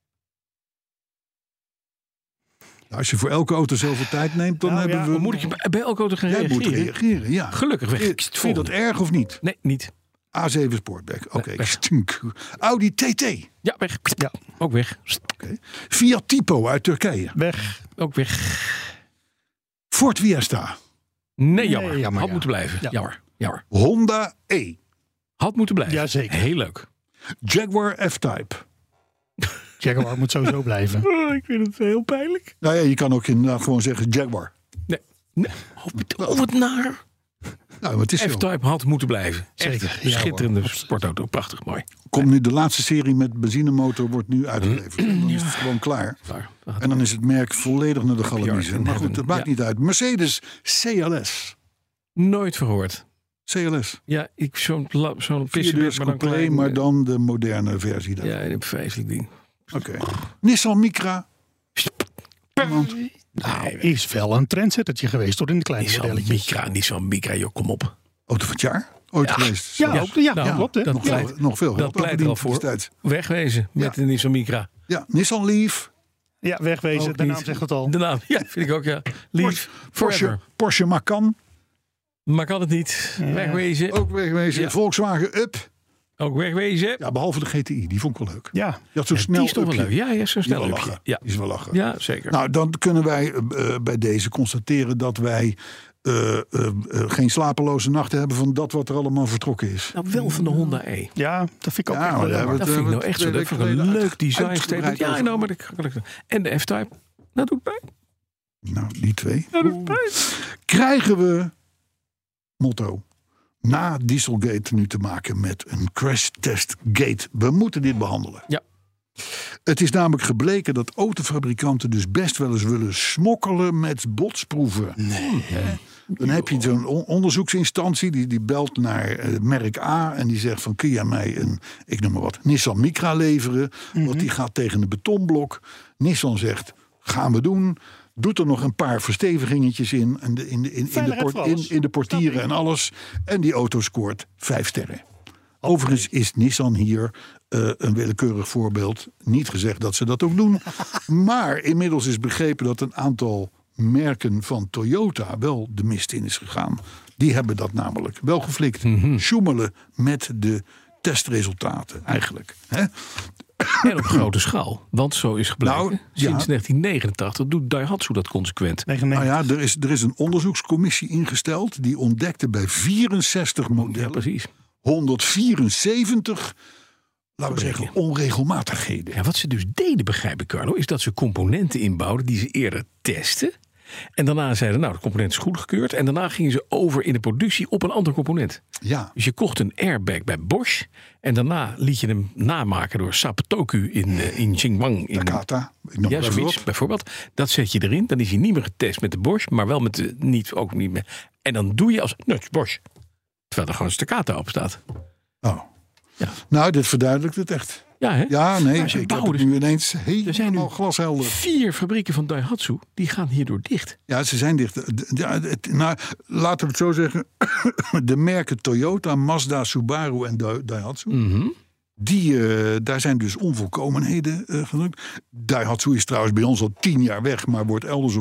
Als je voor elke auto zoveel tijd neemt, dan hebben we... Moet ik bij elke auto gaan Jij reageren? moet reageren, ja. Gelukkig weg. Vind je dat erg of niet? Nee, niet. A7 Sportback. Oké. weg. Audi TT. Ja, weg. Ja. Ook weg. Okay. Fiat Tipo uit Turkije. Weg. Ook weg. Ford Fiesta. Nee, jammer. jammer, Had ja. moeten blijven. Ja. Jammer. Honda E. Had moeten blijven. Jazeker. Heel leuk. Jaguar F-Type. Jaguar moet sowieso blijven. Ik vind het heel pijnlijk. Nou ja, je kan ook inderdaad gewoon zeggen Jaguar. Nee. Wat naar. Nou, het is zo. F-Type had moeten blijven. Zeker. Echt een schitterende sportauto. Prachtig mooi. Komt nu de laatste serie met benzinemotor wordt nu uitgeleverd. En dan is het gewoon klaar. En dan is het merk volledig naar de galamiezen. Maar goed, dat maakt niet uit. Mercedes CLS. Nooit verhoord. CLS. Ja, zo'n Vierdeurs pissenbeurt, maar dan coupé, klein. maar dan de moderne versie daarvan. Ja, een vreselijk ding. Oké. Nissan Micra. Nou, is wel een trendsettertje geweest door in de kleine modelletjes. Nissan Micra, joh, kom op. Auto van het jaar. Ooit geweest. Ja, ook, Nou, klopt. Hè? Nog veel. Dat pleit er al voor. Wegwezen met de Nissan Micra. Ja, Nissan Leaf. Ja, wegwezen. Ook De naam niet. zegt het al. De naam, ja, vind ik ook, ja. Leaf forever. Porsche Macan. Maar kan het niet. Wegwezen. Ook wegwezen. Ja. Volkswagen Up. Ook wegwezen. Ja, behalve de GTI. Die vond ik wel leuk. Ja. Je had zo'n snel Die is toch wel upje. leuk. Ja, zo'n snel Die is wel upje. lachen. Ja. Die is wel lachen. Ja, zeker. Nou, dan kunnen wij bij deze constateren dat wij geen slapeloze nachten hebben van dat wat er allemaal vertrokken is. Nou, wel van de Honda E. Ja, dat vind ik ook Ja, echt maar wel daar jammer. Dat vind ik nou echt zo. Dat vind ik een leuk design uitgebreid statement. Ja, over nou, maar dat kan ik. En de F-Type. Dat doet pijn. Nou, die twee. Dat doet pijn. Krijgen we, motto, na Dieselgate nu te maken met een crash test gate. We moeten dit behandelen. Ja. Het is namelijk gebleken dat autofabrikanten dus best wel eens willen smokkelen met botsproeven. Dan heb je zo'n onderzoeksinstantie die belt naar merk A en die zegt van kun jij mij een, ik noem maar wat, Nissan Micra leveren? Want die gaat tegen een betonblok. Nissan zegt, gaan we doen. Doet er nog een paar verstevigingetjes in in de portieren en alles. En die auto scoort 5 sterren. Overigens is Nissan hier een willekeurig voorbeeld. Niet gezegd dat ze dat ook doen. Maar inmiddels is begrepen dat een aantal merken van Toyota wel de mist in is gegaan. Die hebben dat namelijk wel geflikt. Sjoemelen met de testresultaten eigenlijk. Hè? En op grote schaal. Want zo is gebleken. Nou, Sinds 1989 doet Daihatsu dat consequent. Nou ja, er is een onderzoekscommissie ingesteld. Die ontdekte bij 64 modellen. Ja, precies. 174, laten we zeggen, onregelmatigheden. Ja, wat ze dus deden, begrijp ik, Carlo, is dat ze componenten inbouwden die ze eerder testen. En daarna zeiden, nou, de component is goedgekeurd. En daarna gingen ze over in de productie op een ander component. Ja. Dus je kocht een airbag bij Bosch. En daarna liet je hem namaken door Saptoku in Xinjiang. Takata. Ja, zoiets, bijvoorbeeld. Dat zet je erin. Dan is hij niet meer getest met de Bosch, maar wel met de ook niet meer. En dan doe je als Bosch. Terwijl er gewoon een staccato op staat. Oh. Ja. Nou, dit verduidelijkt het echt. Ja, hè? Ja, nee, Maar ze ik heb bouwen het nu ineens er zijn nu helemaal glashelder. 4 fabrieken van Daihatsu, die gaan hierdoor dicht. Ja, ze zijn dicht. Ja, nou, laten we het zo zeggen. De merken Toyota, Mazda, Subaru en Daihatsu. Daar zijn dus onvolkomenheden gedrukt. Daihatsu is trouwens bij ons al 10 jaar weg, maar wordt elders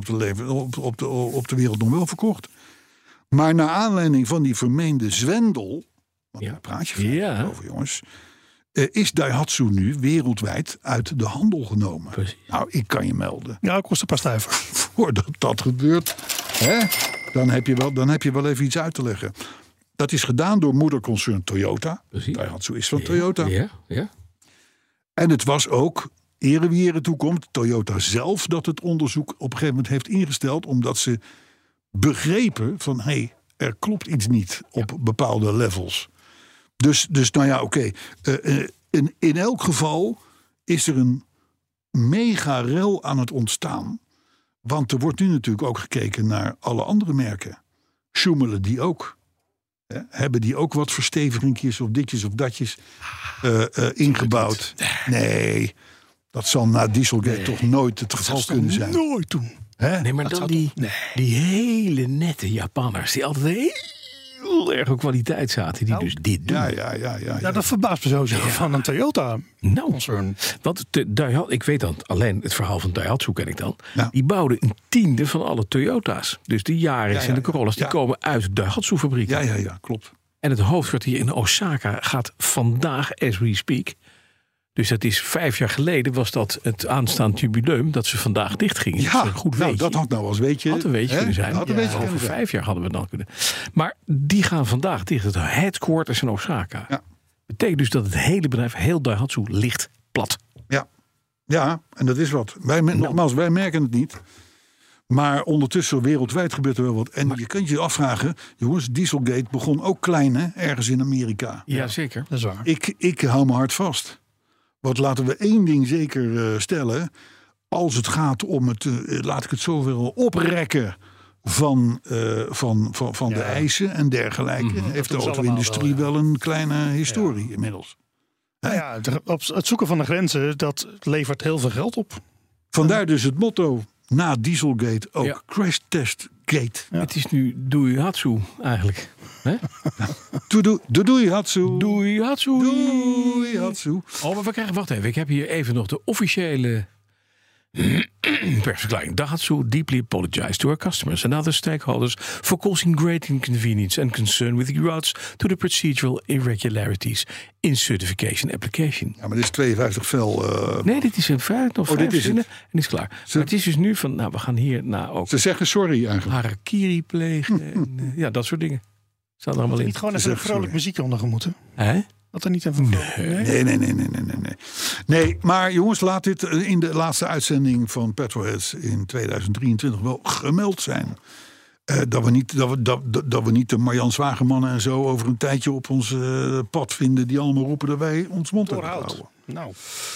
op de wereld nog wel verkocht. Maar naar aanleiding van die vermeende zwendel, want daar praat je over, jongens, is Daihatsu nu wereldwijd uit de handel genomen. Precies. Nou, ik kan je melden. Ja, dat kost een paar stuiver. Voordat dat gebeurt, dan heb je wel even iets uit te leggen. Dat is gedaan door moederconcern Toyota. Precies. Daihatsu is van Toyota. Ja. En het was ook, ere wie ere toekomt, Toyota zelf dat het onderzoek op een gegeven moment heeft ingesteld, omdat ze begrepen van, er klopt iets niet op bepaalde levels. Dus nou ja, oké. In elk geval is er een mega rel aan het ontstaan. Want er wordt nu natuurlijk ook gekeken naar alle andere merken. Sjoemelen die ook. Hebben die ook wat verstevigingjes of ditjes of datjes ingebouwd? Nee, dat zal na Dieselgate toch nooit het geval kunnen zijn. Nooit doen. Nee, maar dan die hele nette Japanners, die altijd heel erg op kwaliteit zaten, die dus dit doen. Ja, dat verbaast me zo van een Toyota. Nou, want ik weet dan, alleen het verhaal van Daihatsu ken ik dan. Ja. Die bouwden 1/10 van alle Toyota's. Dus de Yaris en de Corollas, die komen uit Daihatsu-fabrieken. Ja, klopt. En het hoofdkwartier in Osaka gaat vandaag, as we speak. Dus dat is 5 jaar geleden was dat het aanstaand jubileum dat ze vandaag dicht gingen. Ja, dus goed nou, dat had nou als weetje. Had een weetje kunnen zijn. Over 5 jaar hadden we dan kunnen. Maar die gaan vandaag dicht. Het headquarters in Osaka. Ja. Betekent dus dat het hele bedrijf, heel Daihatsu, ligt plat. Ja, en dat is wat. Wij merken het niet. Maar ondertussen wereldwijd gebeurt er wel wat. En je kunt je afvragen, jongens, Dieselgate begon ook klein, hè, ergens in Amerika. Ja, zeker. Dat is waar. Ik hou me hard vast. Want laten we één ding zeker stellen. Als het gaat om het, laat ik het zo willen, oprekken van de eisen en dergelijke, heeft de auto-industrie wel een kleine historie inmiddels. Nou ja, het zoeken van de grenzen, dat levert heel veel geld op. Vandaar dus het motto na Dieselgate ook Crash Test Gate. Ja. Het is nu Daihatsu eigenlijk. Daihatsu. Daihatsu. Oh, maar we krijgen, wacht even. Ik heb hier even nog de officiële persverklaring. Daihatsu deeply apologized to our customers and other stakeholders for causing great inconvenience and concern with regards to the procedural irregularities in certification application. Ja, maar dit is 52 vel. Nee, dit is een feit nog 5 zinnen en is klaar. Maar het is dus nu van, nou, we gaan hier ook. Ze zeggen sorry eigenlijk. Harakiri plegen en ja, dat soort dingen. Staat er allemaal in. Niet gewoon even een vrolijk muziekje onder gemoeten. Hè? Wat er niet even. Nee, maar jongens, laat dit in de laatste uitzending van Petrolheads in 2023 wel gemeld zijn. Dat we niet de Marjan Zwageman en zo over een tijdje op ons pad vinden die allemaal roepen dat wij ons mond hebben gehouden. Nou.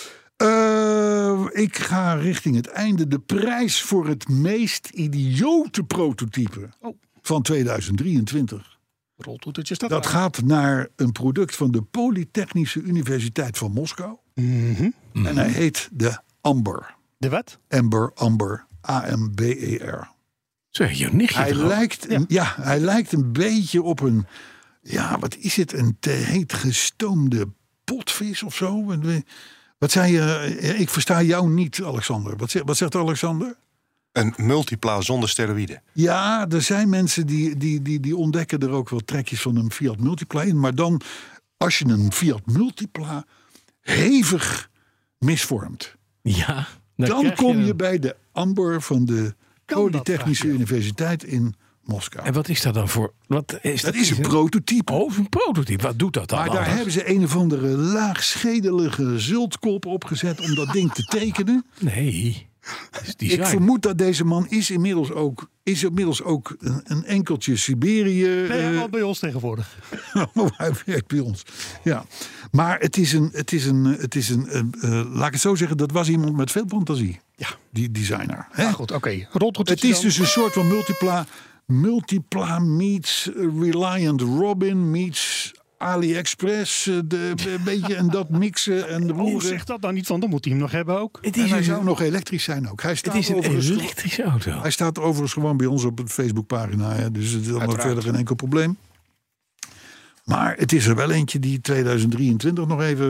Ik ga richting het einde. De prijs voor het meest idiote prototype van 2023. Dat gaat naar een product van de Polytechnische Universiteit van Moskou. Mm-hmm. En hij heet de Amber. De wat? Amber, A-M-B-E-R. Zeg, je nichtje hij lijkt een beetje op een, ja, wat is het? Een te heet gestoomde potvis of zo? Wat zei je? Ik versta jou niet, Alexander. Wat zegt Alexander? Een multipla zonder steroïden. Ja, er zijn mensen die ontdekken er ook wel trekjes van een Fiat Multipla in. Maar dan, als je een Fiat Multipla hevig misvormt, dan kom je bij de Amber van de Polytechnische Universiteit in Moskou. En wat is dat dan voor? Dat is een prototype. Oh, een prototype. Wat doet dat dan? Maar daar hebben ze een of andere laagschedelige zultkop opgezet om dat ding te tekenen. Nee. Ik vermoed dat deze man is inmiddels ook een enkeltje Siberië. Nee, al bij ons tegenwoordig. Hij werkt bij ons. Ja, maar het is een laat ik het zo zeggen, dat was iemand met veel fantasie. Ja, die designer. Hè? Goed, oké. Het is dus een soort van multipla meets Reliant Robin meets AliExpress, een beetje en dat mixen en roeren. Hoe zegt dat nou niet van? Dan moet hij hem nog hebben ook. Hij zou nog elektrisch zijn ook. Het is een elektrische auto. Hij staat overigens gewoon bij ons op de Facebookpagina. Hè, dus het is dan verder geen enkel probleem. Maar het is er wel eentje die 2023 nog even.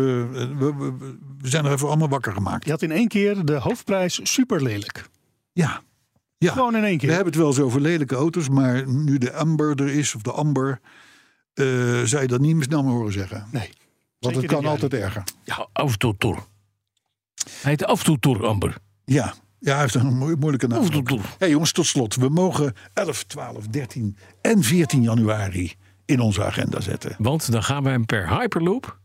We zijn er even allemaal wakker gemaakt. Je had in 1 keer de hoofdprijs super lelijk. Ja. Gewoon in 1 keer. We hebben het wel eens over lelijke auto's, maar nu de Amber er is, of de Amber, zou je dat niet meer snel meer horen zeggen. Nee. Want het kan altijd erger. Ja, Autotour. Hij heet Autotour Amber. Ja, hij heeft een moeilijke naam. Hey jongens, tot slot. We mogen 11, 12, 13 en 14 januari in onze agenda zetten. Want dan gaan we per Hyperloop.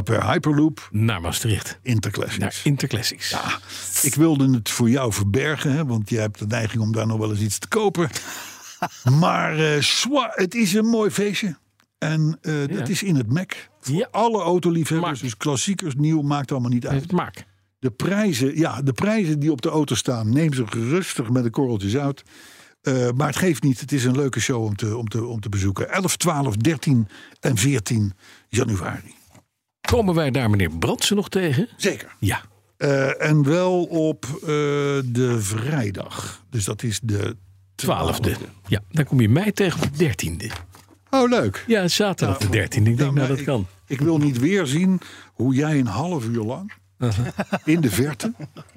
Naar Maastricht. Interclassics. Ja, ik wilde het voor jou verbergen, hè, want je hebt de neiging om daar nog wel eens iets te kopen. Maar het is een mooi feestje. En dat is in het MEC. Voor alle autoliefhebbers, dus klassiekers, nieuw, maakt allemaal niet uit. De prijzen die op de auto staan, neem ze rustig met de korreltjes uit. Maar het geeft niet. Het is een leuke show om te bezoeken. 11, 12, 13 en 14 januari. Komen wij daar meneer Brandsen nog tegen? Zeker. Ja. En wel op de vrijdag. Dus dat is de 12e. Ja, dan kom je mij tegen op de 13e. Oh, leuk. Ja, zaterdag de 13e. Ik denk dat kan. Ik wil niet weer zien hoe jij een half uur lang in de verte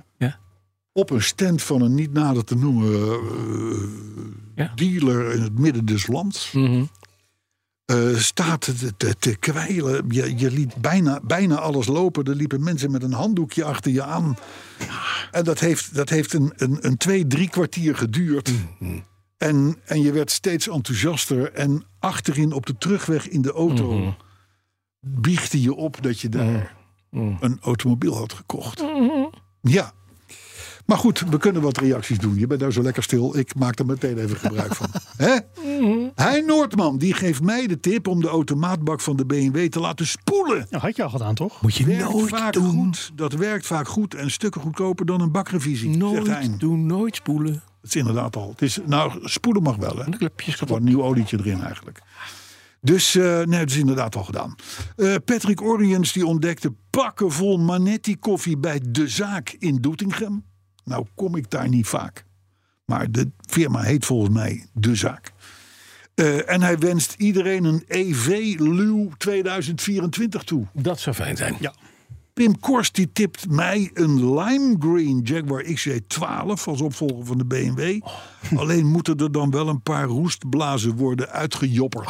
op een stand van een niet nader te noemen dealer in het midden des lands staat te kwijlen. Je liet bijna alles lopen. Er liepen mensen met een handdoekje achter je aan. En dat heeft een 2-3 kwartier geduurd. En je werd steeds enthousiaster. En achterin op de terugweg in de auto biechtte je op dat je daar een automobiel had gekocht. Ja. Maar goed, we kunnen wat reacties doen. Je bent nou zo lekker stil. Ik maak er meteen even gebruik van. Hè? Hein Noordman, die geeft mij de tip om de automaatbak van de BMW te laten spoelen. Nou, had je al gedaan, toch? Moet je Werkt nooit vaak doen. goed. Dat werkt vaak goed en stukken goedkoper dan een bakrevisie, zegt Hein. Nooit doen, nooit spoelen. Dat is inderdaad al. Spoelen mag wel, hè? De klepjes Gewoon een nieuw olietje erin eigenlijk. Dus dat is inderdaad al gedaan. Patrick Oriens die ontdekte pakken vol Manetti koffie bij De Zaak in Doetinchem. Nou kom ik daar niet vaak. Maar de firma heet volgens mij De Zaak. En hij wenst iedereen een EV-luw 2024 toe. Dat zou fijn zijn. Ja. Pim Korst die tipt mij een lime green Jaguar XJ12 als opvolger van de BMW. Alleen moeten er dan wel een paar roestblazen worden uitgejopperd.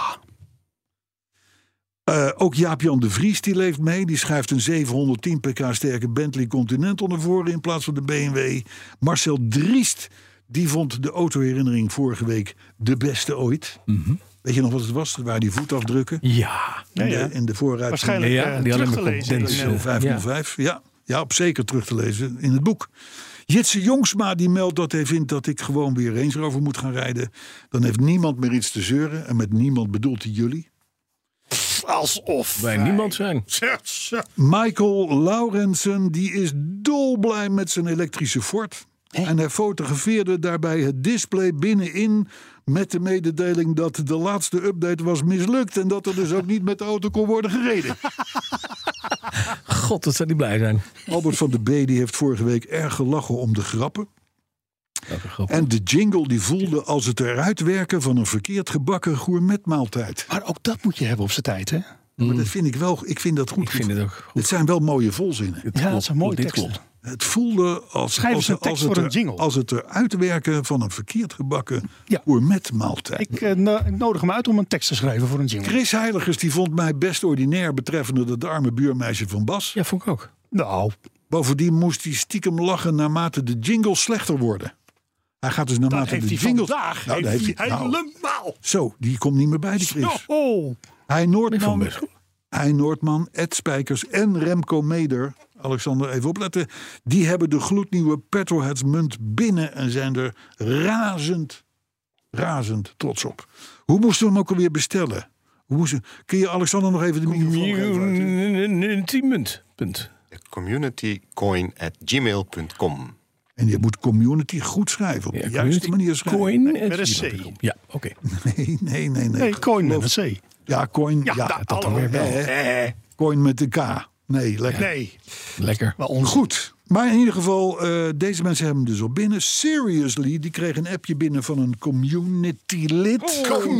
Ook Jaap-Jan de Vries die leeft mee. Die schrijft een 710 pk sterke Bentley Continental naar voren in plaats van de BMW. Marcel Driest die vond de autoherinnering vorige week de beste ooit. Weet je nog wat het was? Er waren die voetafdrukken. Ja. In de voorruit. Waarschijnlijk die terug hadden te we lezen. condens. in, 505. Ja, op zeker terug te lezen in het boek. Jitse Jongsma die meldt dat hij vindt dat ik gewoon weer Range Rover moet gaan rijden. Dan heeft niemand meer iets te zeuren. En met niemand bedoelt hij jullie. Alsof Wij niemand zijn. Michael Laurensen die is dolblij met zijn elektrische Ford. En hij fotografeerde daarbij het display binnenin met de mededeling dat de laatste update was mislukt en dat er dus ook niet met de auto kon worden gereden. God, dat zou die blij zijn. Albert van de B die heeft vorige week erg gelachen om de grappen. En de jingle die voelde als het eruit werken van een verkeerd gebakken gourmetmaaltijd. Maar ook dat moet je hebben op zijn tijd, hè? Maar dat vind ik wel, ik vind dat goed. Ik vind het ook goed. Het zijn wel mooie volzinnen. Ja, dat zijn mooie Dit teksten. klopt. Het voelde als het eruit werken van een verkeerd gebakken gourmetmaaltijd. Ik nodig hem uit om een tekst te schrijven voor een jingle. Chris Heiligers die vond mij best ordinair betreffende de arme buurmeisje van Bas. Ja, vond ik ook. Nou, Bovendien moest hij stiekem lachen naarmate de jingle slechter worden. Hij gaat dus naarmate de jingle. Vandaag Nou, heeft hij helemaal. Zo, die komt niet meer bij die Chris. Oh. Hij Noordman, Ed Spijkers en Remco Meder. Alexander, even opletten. Die hebben de gloednieuwe Petrolheads munt binnen en zijn er razend trots op. Hoe moesten we hem ook alweer bestellen? Kun je Alexander nog even de microfoon geven? Punt. communitycoin@gmail.com. En je moet community goed schrijven. Op de juiste manier schrijven. Coin met een C. Ja, oké. Nee. Nee, coin met een C. Ja, coin. Ja, dat dan weer wel. Coin met de K. Nee, lekker. Nee. Lekker. Goed. Maar in ieder geval, deze mensen hebben hem dus al binnen. Seriously, die kreeg een appje binnen van een community lid.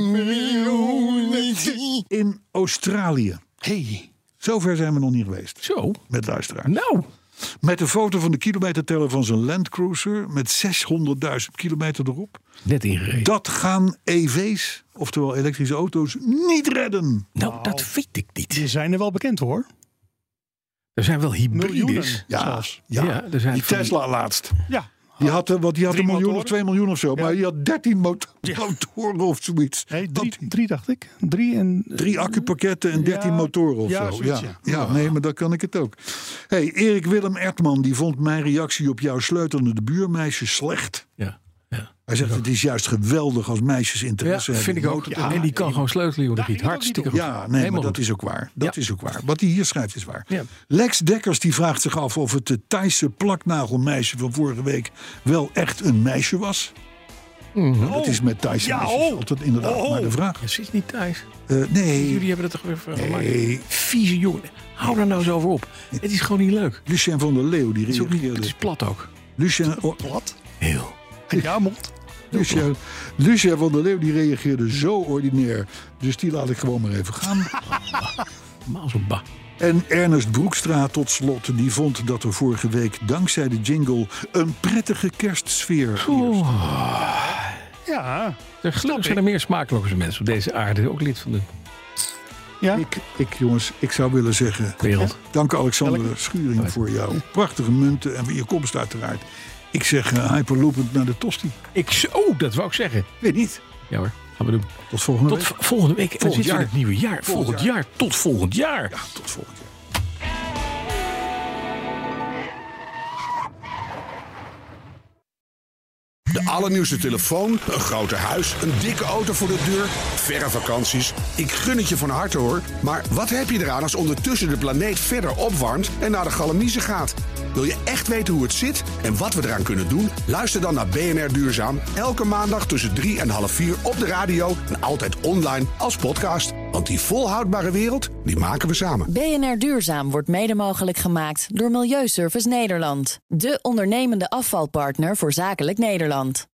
In Australië. Hey. Zover zijn we nog niet geweest. Zo. Met luisteraars. Nou. Met een foto van de kilometerteller van zijn Land Cruiser. Met 600.000 kilometer erop. Net ingereden. Dat gaan EV's, oftewel elektrische auto's, niet redden. Nou, dat weet ik niet. Die zijn er wel bekend, hoor. Er zijn wel hybrides. Miljoenen. Ja, er zijn die Tesla laatst. Ja. Die had een miljoen motoren. of 2 miljoen of zo. Maar die had 13 motoren of zoiets. Nee, drie dacht ik. 3 accupakketten en 13 motoren of ja, zo. zoiets, Ja, nee, maar dan kan ik het ook. Hey, Erik Willem Ertman die vond mijn reactie op jouw sleutelende buurmeisje slecht. Ja. Hij zegt het is juist geweldig als meisjes interesse hebben. Vind ik in ook. motortechniek. En die kan gewoon sleutelen, joh. Dat giet hartstikke goed. Ja, nee, maar dat is ook waar. Dat is ook waar. Wat hij hier schrijft is waar. Ja. Lex Dekkers die vraagt zich af of het Thaise plaknagelmeisje van vorige week wel echt een meisje was. Dat is met Thaise meisjes altijd inderdaad maar de vraag. Ja, ze is niet Thais. Nee. Jullie hebben dat toch weer gemaakt? Nee. Vieze jongen. Hou daar nou eens over op. Het is gewoon niet leuk. Lucien van der Leeuw die reageerde. Het is plat ook. Lucien, Plat? Heel. Ja, mond. Lucien van der Leeuw die reageerde zo ordinair. Dus die laat ik gewoon maar even gaan. Maar zo'n ba. En Ernest Broekstra tot slot, die vond dat er vorige week dankzij de jingle een prettige kerstsfeer heerste. Ja. Gelukkig zijn er meer smaakloze mensen op deze aarde. Ook lid van de Ja? Jongens, ik zou willen zeggen... wereld. Dank Alexander Schuring voor jouw prachtige munten en je komst uiteraard. Ik zeg hyperloopend naar de tosti. Dat wou ik zeggen. Weet niet. Ja hoor, gaan we doen. Tot volgende week. Volgende week. En dan zitten we in het nieuwe jaar. Volgend jaar. Tot volgend jaar. Ja, tot volgend jaar. De allernieuwste telefoon, een groter huis, een dikke auto voor de deur, verre vakanties. Ik gun het je van harte hoor. Maar wat heb je eraan als ondertussen de planeet verder opwarmt en naar de galamiezen gaat? Wil je echt weten hoe het zit en wat we eraan kunnen doen? Luister dan naar BNR Duurzaam. Elke maandag tussen 3 en half 4 op de radio en altijd online als podcast. Want die volhoudbare wereld, die maken we samen. BNR Duurzaam wordt mede mogelijk gemaakt door Milieuservice Nederland. De ondernemende afvalpartner voor zakelijk Nederland.